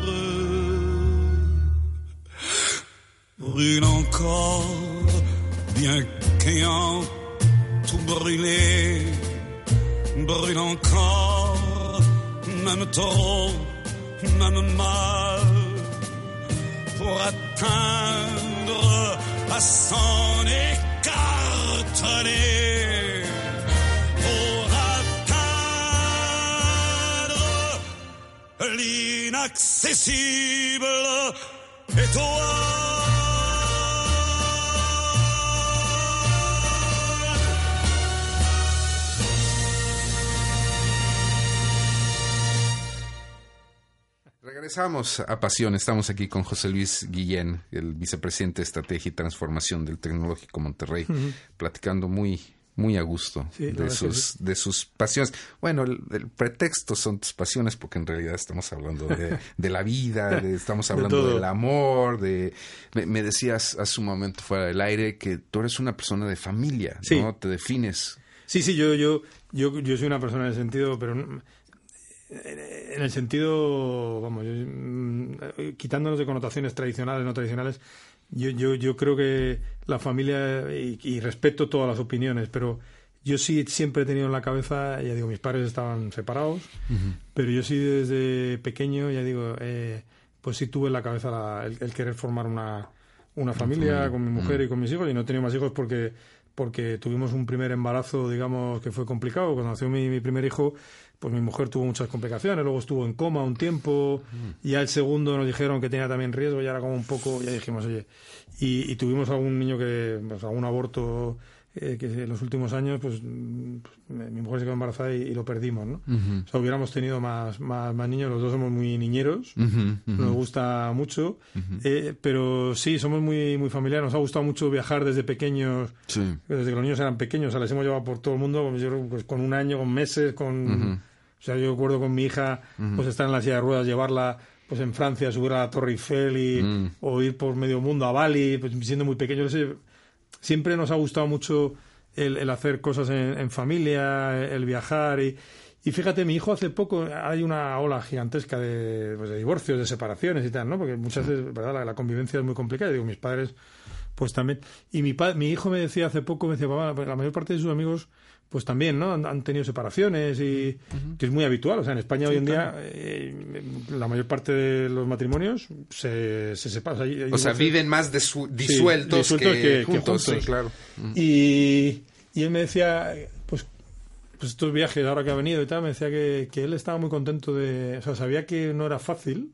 brûle encore, bien qu'ayant tout brûlé, brûle encore, même trop, même mal, pour atteindre à s'en écarteler, pour atteindre l'inaccessible étoile. Regresamos a Pasión. Estamos aquí con José Luis Guillén, el vicepresidente de Estrategia y Transformación del Tecnológico Monterrey, uh-huh. platicando muy, muy a gusto sí, de, sus, sí. de sus pasiones. Bueno, el, el pretexto son tus pasiones, porque en realidad estamos hablando de, de la vida, de, estamos hablando de del amor, de me, me decías hace un momento fuera del aire que tú eres una persona de familia, sí. ¿no? Te defines. Sí, sí, yo, yo, yo, yo soy una persona en el sentido, pero no, en el sentido, vamos, yo, quitándonos de connotaciones tradicionales, no tradicionales, yo, yo, yo creo que la familia, y, y respeto todas las opiniones, pero yo sí siempre he tenido en la cabeza, ya digo, mis padres estaban separados, uh-huh. pero yo sí desde pequeño, ya digo, eh, pues sí tuve en la cabeza la, el, el querer formar una, una familia uh-huh. con mi mujer uh-huh. y con mis hijos, y no he tenido más hijos porque... porque tuvimos un primer embarazo, digamos, que fue complicado. Cuando nació mi, mi primer hijo, pues mi mujer tuvo muchas complicaciones, luego estuvo en coma un tiempo, mm. y ya el segundo nos dijeron que tenía también riesgo, ya era como un poco, ya dijimos, oye, y, y tuvimos algún niño que, pues algún aborto, eh, que en los últimos años, pues, pues mi mujer se quedó embarazada y, y lo perdimos, ¿no? Uh-huh. O sea, hubiéramos tenido más, más, más niños, los dos somos muy niñeros, uh-huh, uh-huh. nos gusta mucho, uh-huh. eh, pero sí, somos muy, muy familiares, nos ha gustado mucho viajar desde pequeños, sí. desde que los niños eran pequeños, o sea, les hemos llevado por todo el mundo, yo, pues, con un año, con meses, con... Uh-huh. O sea, yo recuerdo con mi hija, uh-huh. pues estar en la silla de ruedas, llevarla pues en Francia, subir a la Torre Eiffel y, uh-huh. o ir por medio mundo a Bali, pues siendo muy pequeños. Siempre nos ha gustado mucho el, el hacer cosas en, en familia, el viajar. Y, y fíjate, mi hijo hace poco, hay una ola gigantesca de, pues de divorcios, de separaciones y tal, ¿no? Porque muchas veces, ¿verdad? La, la convivencia es muy complicada. Y digo, mis padres, pues también. Y mi, pa, mi hijo me decía hace poco, me decía, papá, la mayor parte de sus amigos... pues también, ¿no? Han, han tenido separaciones y uh-huh. que es muy habitual. O sea, en España sí, hoy en día eh, la mayor parte de los matrimonios se, se separan. O sea, hay, hay o sea viven más desu- disueltos, sí, disueltos que, que, juntos. Que juntos. Sí, claro. Uh-huh. Y, y él me decía, pues, pues estos viajes ahora que ha venido y tal, me decía que, que él estaba muy contento de... O sea, sabía que no era fácil,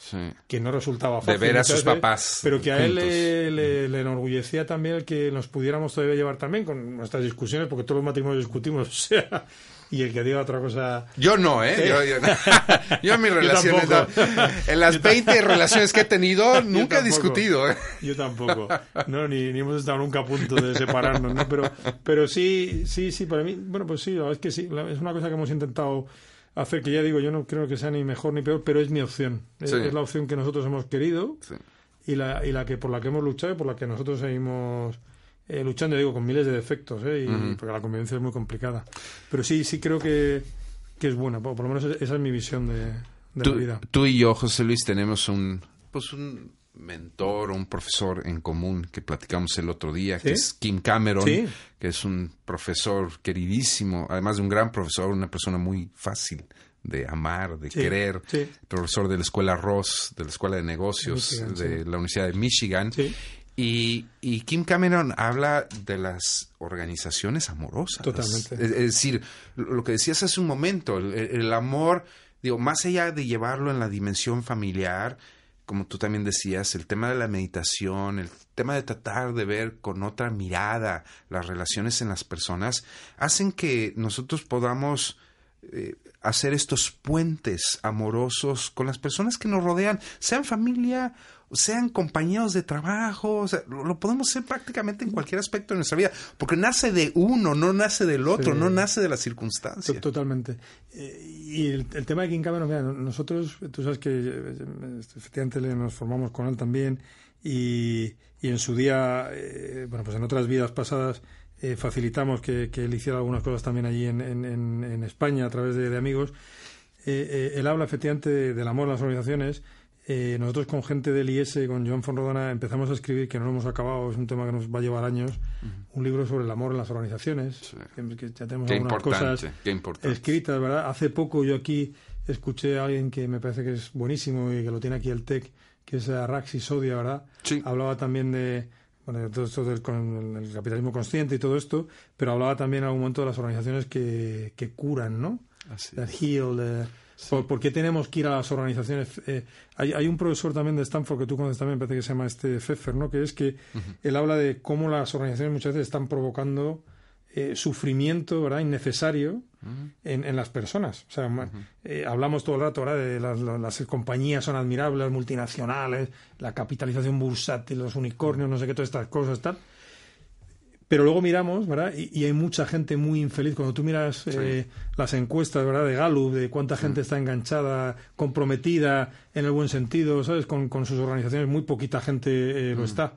sí. que no resultaba fácil. De ver a sus veces, papás pero que a juntos. él le, le, le enorgullecía también el que nos pudiéramos todavía llevar también con nuestras discusiones, porque todos los matrimonios discutimos, o sea, y el que diga otra cosa... Yo no, ¿eh? ¿Eh? Yo, yo, yo en mis relaciones... Yo no. En las veinte relaciones que he tenido, nunca he tampoco. discutido, ¿eh? Yo tampoco. No, ni, ni hemos estado nunca a punto de separarnos, ¿no? Pero, pero sí, sí, sí, para mí... Bueno, pues sí, la verdad es que sí. La, es una cosa que hemos intentado hacer, que ya digo, yo no creo que sea ni mejor ni peor, pero es mi opción. Es, Sí. es la opción que nosotros hemos querido Sí. y, la, y la que por la que hemos luchado y por la que nosotros seguimos... Eh, luchando, digo, con miles de defectos, ¿eh? Y, Uh-huh. porque la convivencia es muy complicada. Pero sí, sí creo que, que es buena. Por, por lo menos esa es mi visión de, de la Tú, vida. tú y yo, José Luis, tenemos un, pues un mentor o un profesor en común que platicamos el otro día, ¿Sí? que es Kim Cameron, Sí. que es un profesor queridísimo, además de un gran profesor, una persona muy fácil de amar, de Sí, querer, sí. profesor de la Escuela Ross, de la Escuela de Negocios Michigan, de sí. la Universidad de Michigan. Sí. Y, y Kim Cameron habla de las organizaciones amorosas. Totalmente. Es, es decir, lo que decías hace un momento, el, el amor, digo, más allá de llevarlo en la dimensión familiar, como tú también decías, el tema de la meditación, el tema de tratar de ver con otra mirada las relaciones en las personas, hacen que nosotros podamos eh, hacer estos puentes amorosos con las personas que nos rodean, sean familia, sean compañeros de trabajo, o sea, lo, lo podemos hacer prácticamente en cualquier aspecto de nuestra vida, porque nace de uno, no nace del otro, Sí. no nace de la To- circunstancia. Totalmente. Eh, y el, el tema de Kim Cameron, mira, nosotros, tú sabes que eh, efectivamente le- nos formamos con él también y, y en su día, eh, bueno, pues en otras vidas pasadas eh, facilitamos que, que él hiciera algunas cosas también allí en, en, en, en España a través de, de amigos. Eh, eh, él habla efectivamente de- del amor en las organizaciones. Eh, nosotros con gente del I S, con Joan Fonrodona, empezamos a escribir, que no lo hemos acabado, es un tema que nos va a llevar años, uh-huh. un libro sobre el amor en las organizaciones, Sí. que, que ya tenemos Qué algunas importante, cosas qué importante. escritas, ¿verdad? Hace poco yo aquí escuché a alguien que me parece que es buenísimo y que lo tiene aquí el TEC, que es Araxi Sodia, ¿verdad? Sí. Hablaba también de, bueno, de todo esto del con el capitalismo consciente y todo esto, pero hablaba también en algún momento de las organizaciones que, que curan, ¿no? Así That es. heal, de, Sí. ¿por, ¿Por qué tenemos que ir a las organizaciones? Eh, hay, hay un profesor también de Stanford que tú conoces también, parece que se llama este Pfeffer, ¿no? Que es que uh-huh. él habla de cómo las organizaciones muchas veces están provocando eh, sufrimiento, ¿verdad? Innecesario uh-huh. en, en las personas. O sea, uh-huh. eh, hablamos todo el rato, ¿verdad? De las, las, las compañías son admirables, multinacionales, la capitalización bursátil, los unicornios, no sé qué, todas estas cosas, tal. Pero luego miramos, ¿verdad? Y, y hay mucha gente muy infeliz. Cuando tú miras eh, sí. las encuestas, ¿verdad? De Gallup, de cuánta gente sí. está enganchada, comprometida, en el buen sentido, ¿sabes? Con, con sus organizaciones, muy poquita gente eh, mm. lo está.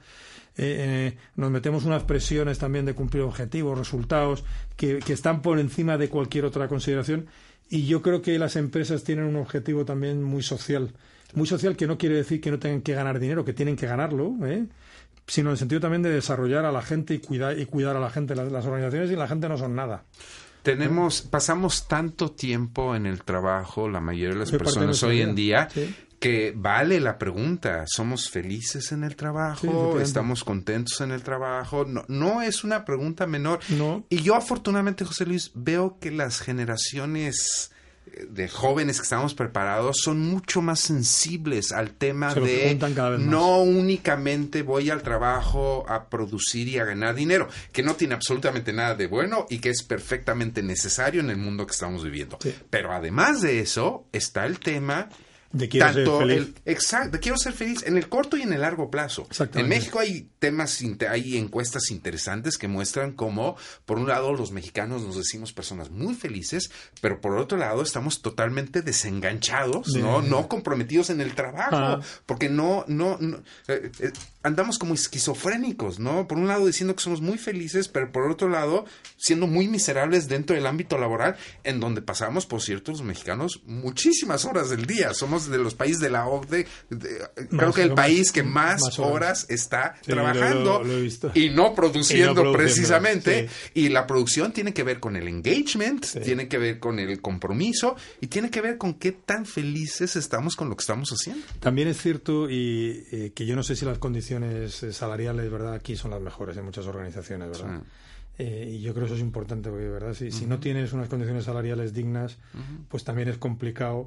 Eh, eh, nos metemos unas presiones también de cumplir objetivos, resultados, que, que están por encima de cualquier otra consideración. Y yo creo que las empresas tienen un objetivo también muy social. Muy social, que no quiere decir que no tengan que ganar dinero, que tienen que ganarlo, ¿eh? Sino en el sentido también de desarrollar a la gente y cuidar y cuidar a la gente. Las, las organizaciones y la gente no son nada. Tenemos, pasamos tanto tiempo en el trabajo, la mayoría de las Soy personas hoy en día, sí. que vale la pregunta, ¿somos felices en el trabajo? Sí, ¿Estamos contentos en el trabajo? No, no es una pregunta menor. No. Y yo afortunadamente, José Luis, veo que las generaciones de jóvenes que estamos preparados son mucho más sensibles al tema Se lo de preguntan cada vez más. no únicamente voy al trabajo a producir y a ganar dinero, que no tiene absolutamente nada de bueno y que es perfectamente necesario en el mundo que estamos viviendo. Sí. Pero además de eso está el tema de quiero tanto ser feliz. El, exacto, de quiero ser feliz en el corto y en el largo plazo. En México hay temas, hay encuestas interesantes que muestran cómo, por un lado, los mexicanos nos decimos personas muy felices, pero por otro lado estamos totalmente desenganchados, de... no, no comprometidos en el trabajo, ah. porque no, no, no eh, eh, andamos como esquizofrénicos, ¿no? Por un lado diciendo que somos muy felices, pero por otro lado siendo muy miserables dentro del ámbito laboral, en donde pasamos, por cierto, los mexicanos muchísimas horas del día. Somos de los países de la O C D E, de, creo más, que el más, país que más, más horas. horas está sí, trabajando lo, lo, lo y no produciendo, y no precisamente. Sí. Y la producción tiene que ver con el engagement, sí. tiene que ver con el compromiso y tiene que ver con qué tan felices estamos con lo que estamos haciendo. También es cierto y eh, que yo no sé si las condiciones salariales, ¿verdad? Aquí son las mejores en muchas organizaciones, ¿verdad? Sí. Eh, y yo creo que eso es importante porque, ¿verdad? Si, uh-huh. si no tienes unas condiciones salariales dignas, uh-huh. pues también es complicado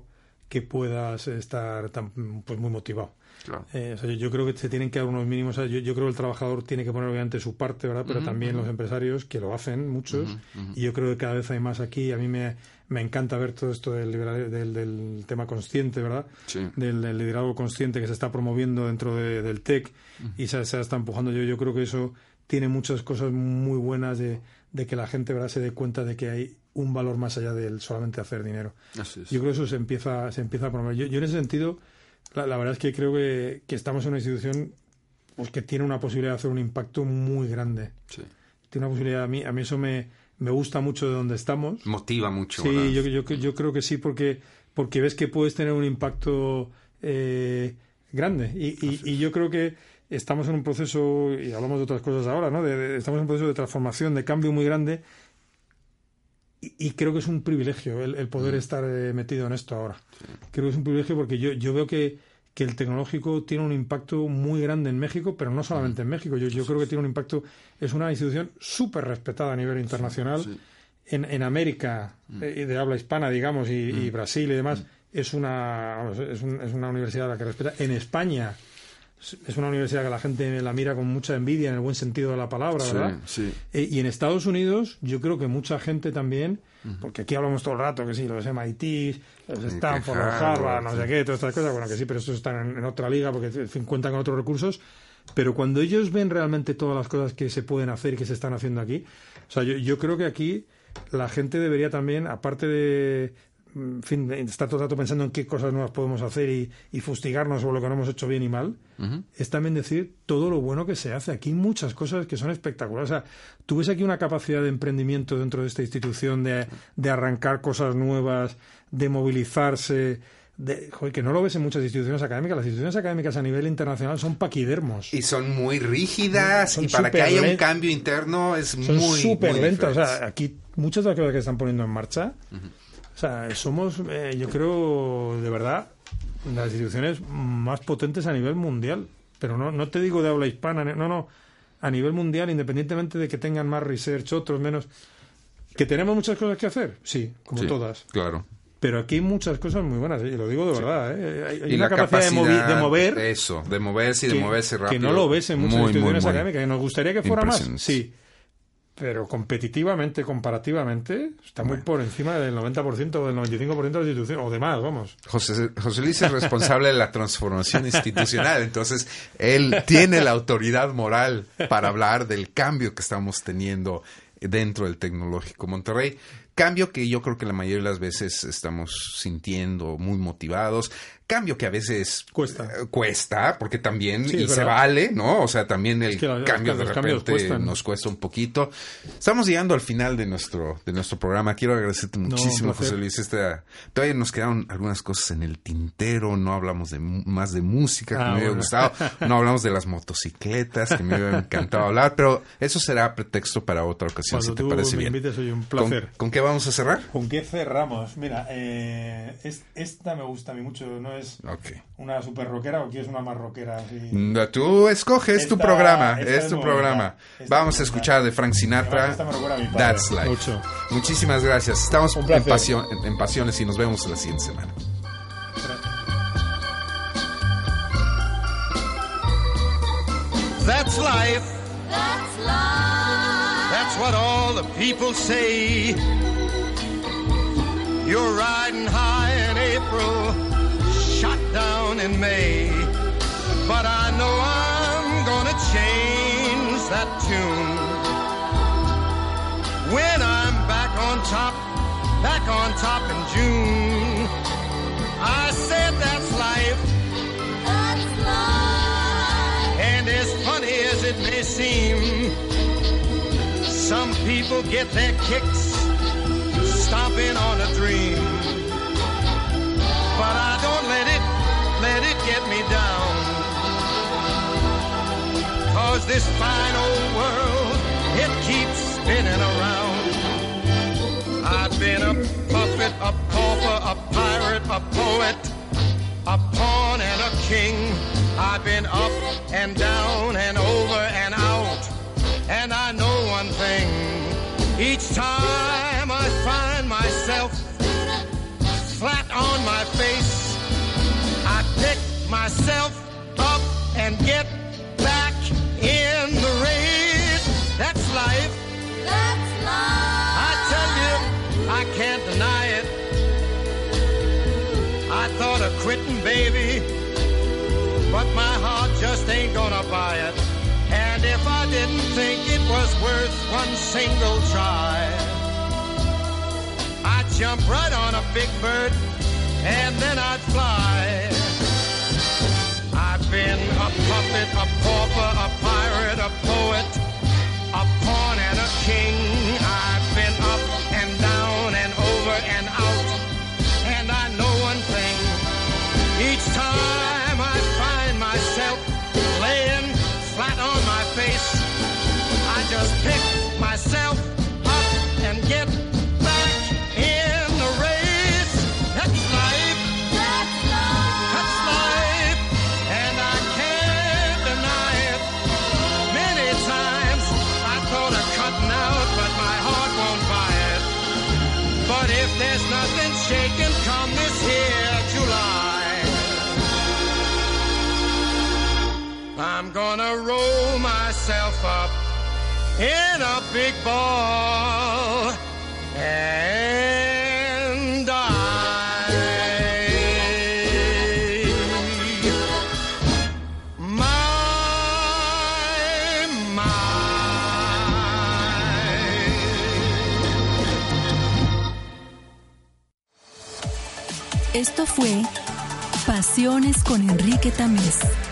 que puedas estar tan, pues muy motivado. Claro. Eh, o sea, yo, yo creo que se tienen que dar unos mínimos. O sea, yo, yo creo que el trabajador tiene que poner obviamente su parte, ¿verdad? Pero uh-huh, también uh-huh. los empresarios, que lo hacen muchos, uh-huh, uh-huh. y yo creo que cada vez hay más aquí. A mí me, me encanta ver todo esto del, liberal, del, del tema consciente, ¿verdad? Sí. Del, del liderazgo consciente que se está promoviendo dentro de, del T E C uh-huh. y se, se está empujando. Yo, yo creo que eso tiene muchas cosas muy buenas de, de que la gente, ¿verdad?, se dé cuenta de que hay un valor más allá de solamente hacer dinero. Así es. Yo creo que eso se empieza, se empieza a promover. Yo, yo en ese sentido... La, la verdad es que creo que, que estamos en una institución pues, que tiene una posibilidad de hacer un impacto muy grande. Sí. Tiene una posibilidad, a mí, a mí eso me, me gusta mucho de donde estamos. Motiva mucho. Sí, yo, yo, yo creo que sí, porque, porque ves que puedes tener un impacto eh, grande. Y, y, y yo creo que estamos en un proceso, y hablamos de otras cosas ahora, ¿no? De, de, estamos en un proceso de transformación, de cambio muy grande. Y, y creo que es un privilegio el, el poder mm. estar eh, metido en esto ahora. Sí. Creo que es un privilegio porque yo, yo veo que, que el tecnológico tiene un impacto muy grande en México, pero no solamente mm. en México. Yo, yo creo que tiene un impacto... Es una institución súper respetada a nivel internacional. Sí, sí. En, en América, mm. eh, de habla hispana, digamos, y, mm. y Brasil y demás, mm. es, una, es, un, es una universidad a la que respeta. En España... Es una universidad que la gente la mira con mucha envidia en el buen sentido de la palabra, ¿verdad? Sí, sí. Eh, y en Estados Unidos yo creo que mucha gente también, uh-huh. porque aquí hablamos todo el rato que sí, los M I T, los Stanford, los Harvard, no sé qué, todas estas cosas, bueno que sí, pero estos están en, en otra liga porque en fin, cuentan con otros recursos, pero cuando ellos ven realmente todas las cosas que se pueden hacer y que se están haciendo aquí, o sea, yo, yo creo que aquí la gente debería también, aparte de... en fin, está todo el rato pensando en qué cosas nuevas podemos hacer y, y fustigarnos sobre lo que no hemos hecho bien y mal, uh-huh. es también decir todo lo bueno que se hace. Aquí hay muchas cosas que son espectaculares. O sea, tú ves aquí una capacidad de emprendimiento dentro de esta institución, de, de arrancar cosas nuevas, de movilizarse, de, joder, que no lo ves en muchas instituciones académicas. Las instituciones académicas a nivel internacional son paquidermos. Y son muy rígidas, son y para que haya un cambio interno es son muy, súper muy lentas. O sea, aquí muchas de las cosas que están poniendo en marcha... Uh-huh. O sea, somos, eh, yo creo, de verdad, las instituciones más potentes a nivel mundial. Pero no, no te digo de habla hispana, no, no. A nivel mundial, independientemente de que tengan más research, otros menos. ¿Que tenemos muchas cosas que hacer? Sí, como sí, todas. Claro. Pero aquí hay muchas cosas muy buenas, ¿eh? Y lo digo de verdad, ¿eh? Hay, hay y una la capacidad, capacidad de, movi- de mover... Eso, de moverse y de que, moverse rápido. Que no lo ves en muchas muy, instituciones muy, muy académicas. ¿Nos gustaría que fuera más? Sí. Pero competitivamente, comparativamente, está muy bueno. por encima del noventa por ciento o del noventa y cinco por ciento de las instituciones, o de más, vamos. José, José Luis es responsable de la transformación institucional, entonces él tiene la autoridad moral para hablar del cambio que estamos teniendo dentro del Tecnológico Monterrey. Cambio que yo creo que la mayoría de las veces estamos sintiendo muy motivados. Cambio que a veces cuesta, eh, cuesta porque también, sí, y se vale, ¿no? O sea, también el es que la, cambio es que de repente nos cuesta un poquito. Estamos llegando al final de nuestro de nuestro programa. Quiero agradecerte muchísimo, no, José Luis. Esta, todavía nos quedaron algunas cosas en el tintero. No hablamos de más de música, que ah, me hubiera bueno. gustado. No hablamos de las motocicletas, que me hubiera encantado hablar. Pero eso será pretexto para otra ocasión, Cuando si te parece me bien. Invites, soy un placer. ¿Con, ¿Con qué vamos a cerrar? ¿Con qué cerramos? Mira, eh, es, esta me gusta a mí mucho. No es okay. una super rockera o quieres una más rockera. Así. Tú escoges esta, tu programa. Es tu programa. Vamos a escuchar de Frank Sinatra. That's Life. Mucho. Muchísimas gracias. Estamos en, pasión, en, en Pasiones y nos vemos la siguiente semana. That's life. That's life. That's what all the people say. You're riding high in April, shot down in May. But I know I'm gonna change that tune. When I'm back on top, back on top in June. I said that's life. That's life. And as funny as it may seem, some people get their kicks stomping on a dream. But I don't let it, let it get me down. 'Cause this fine old world, it keeps spinning around. I've been a puppet, a pauper, a pirate, a poet, a pawn and a king. I've been up and down and over and out. And I know one thing, each time I find myself flat on my face, myself up and get back in the race. That's life. That's life. I tell you, I can't deny it. I thought of quitting, baby, but my heart just ain't gonna buy it. And if I didn't think it was worth one single try, I'd jump right on a big bird and then I'd fly. I've been a puppet, a pauper, a pirate, a poet, a pawn and a king. I've been up and down and over and out. And I know one thing, each time I find myself laying flat on my face, I just pick myself up and get back in the race. That's life. That's life. That's life. And I can't deny it. Many times I thought of cutting out, but my heart won't buy it. But if there's nothing shaking come this here July, I'm gonna roll myself up in a big ball and die. My, my. Esto fue Pasiones con Enrique Tamés.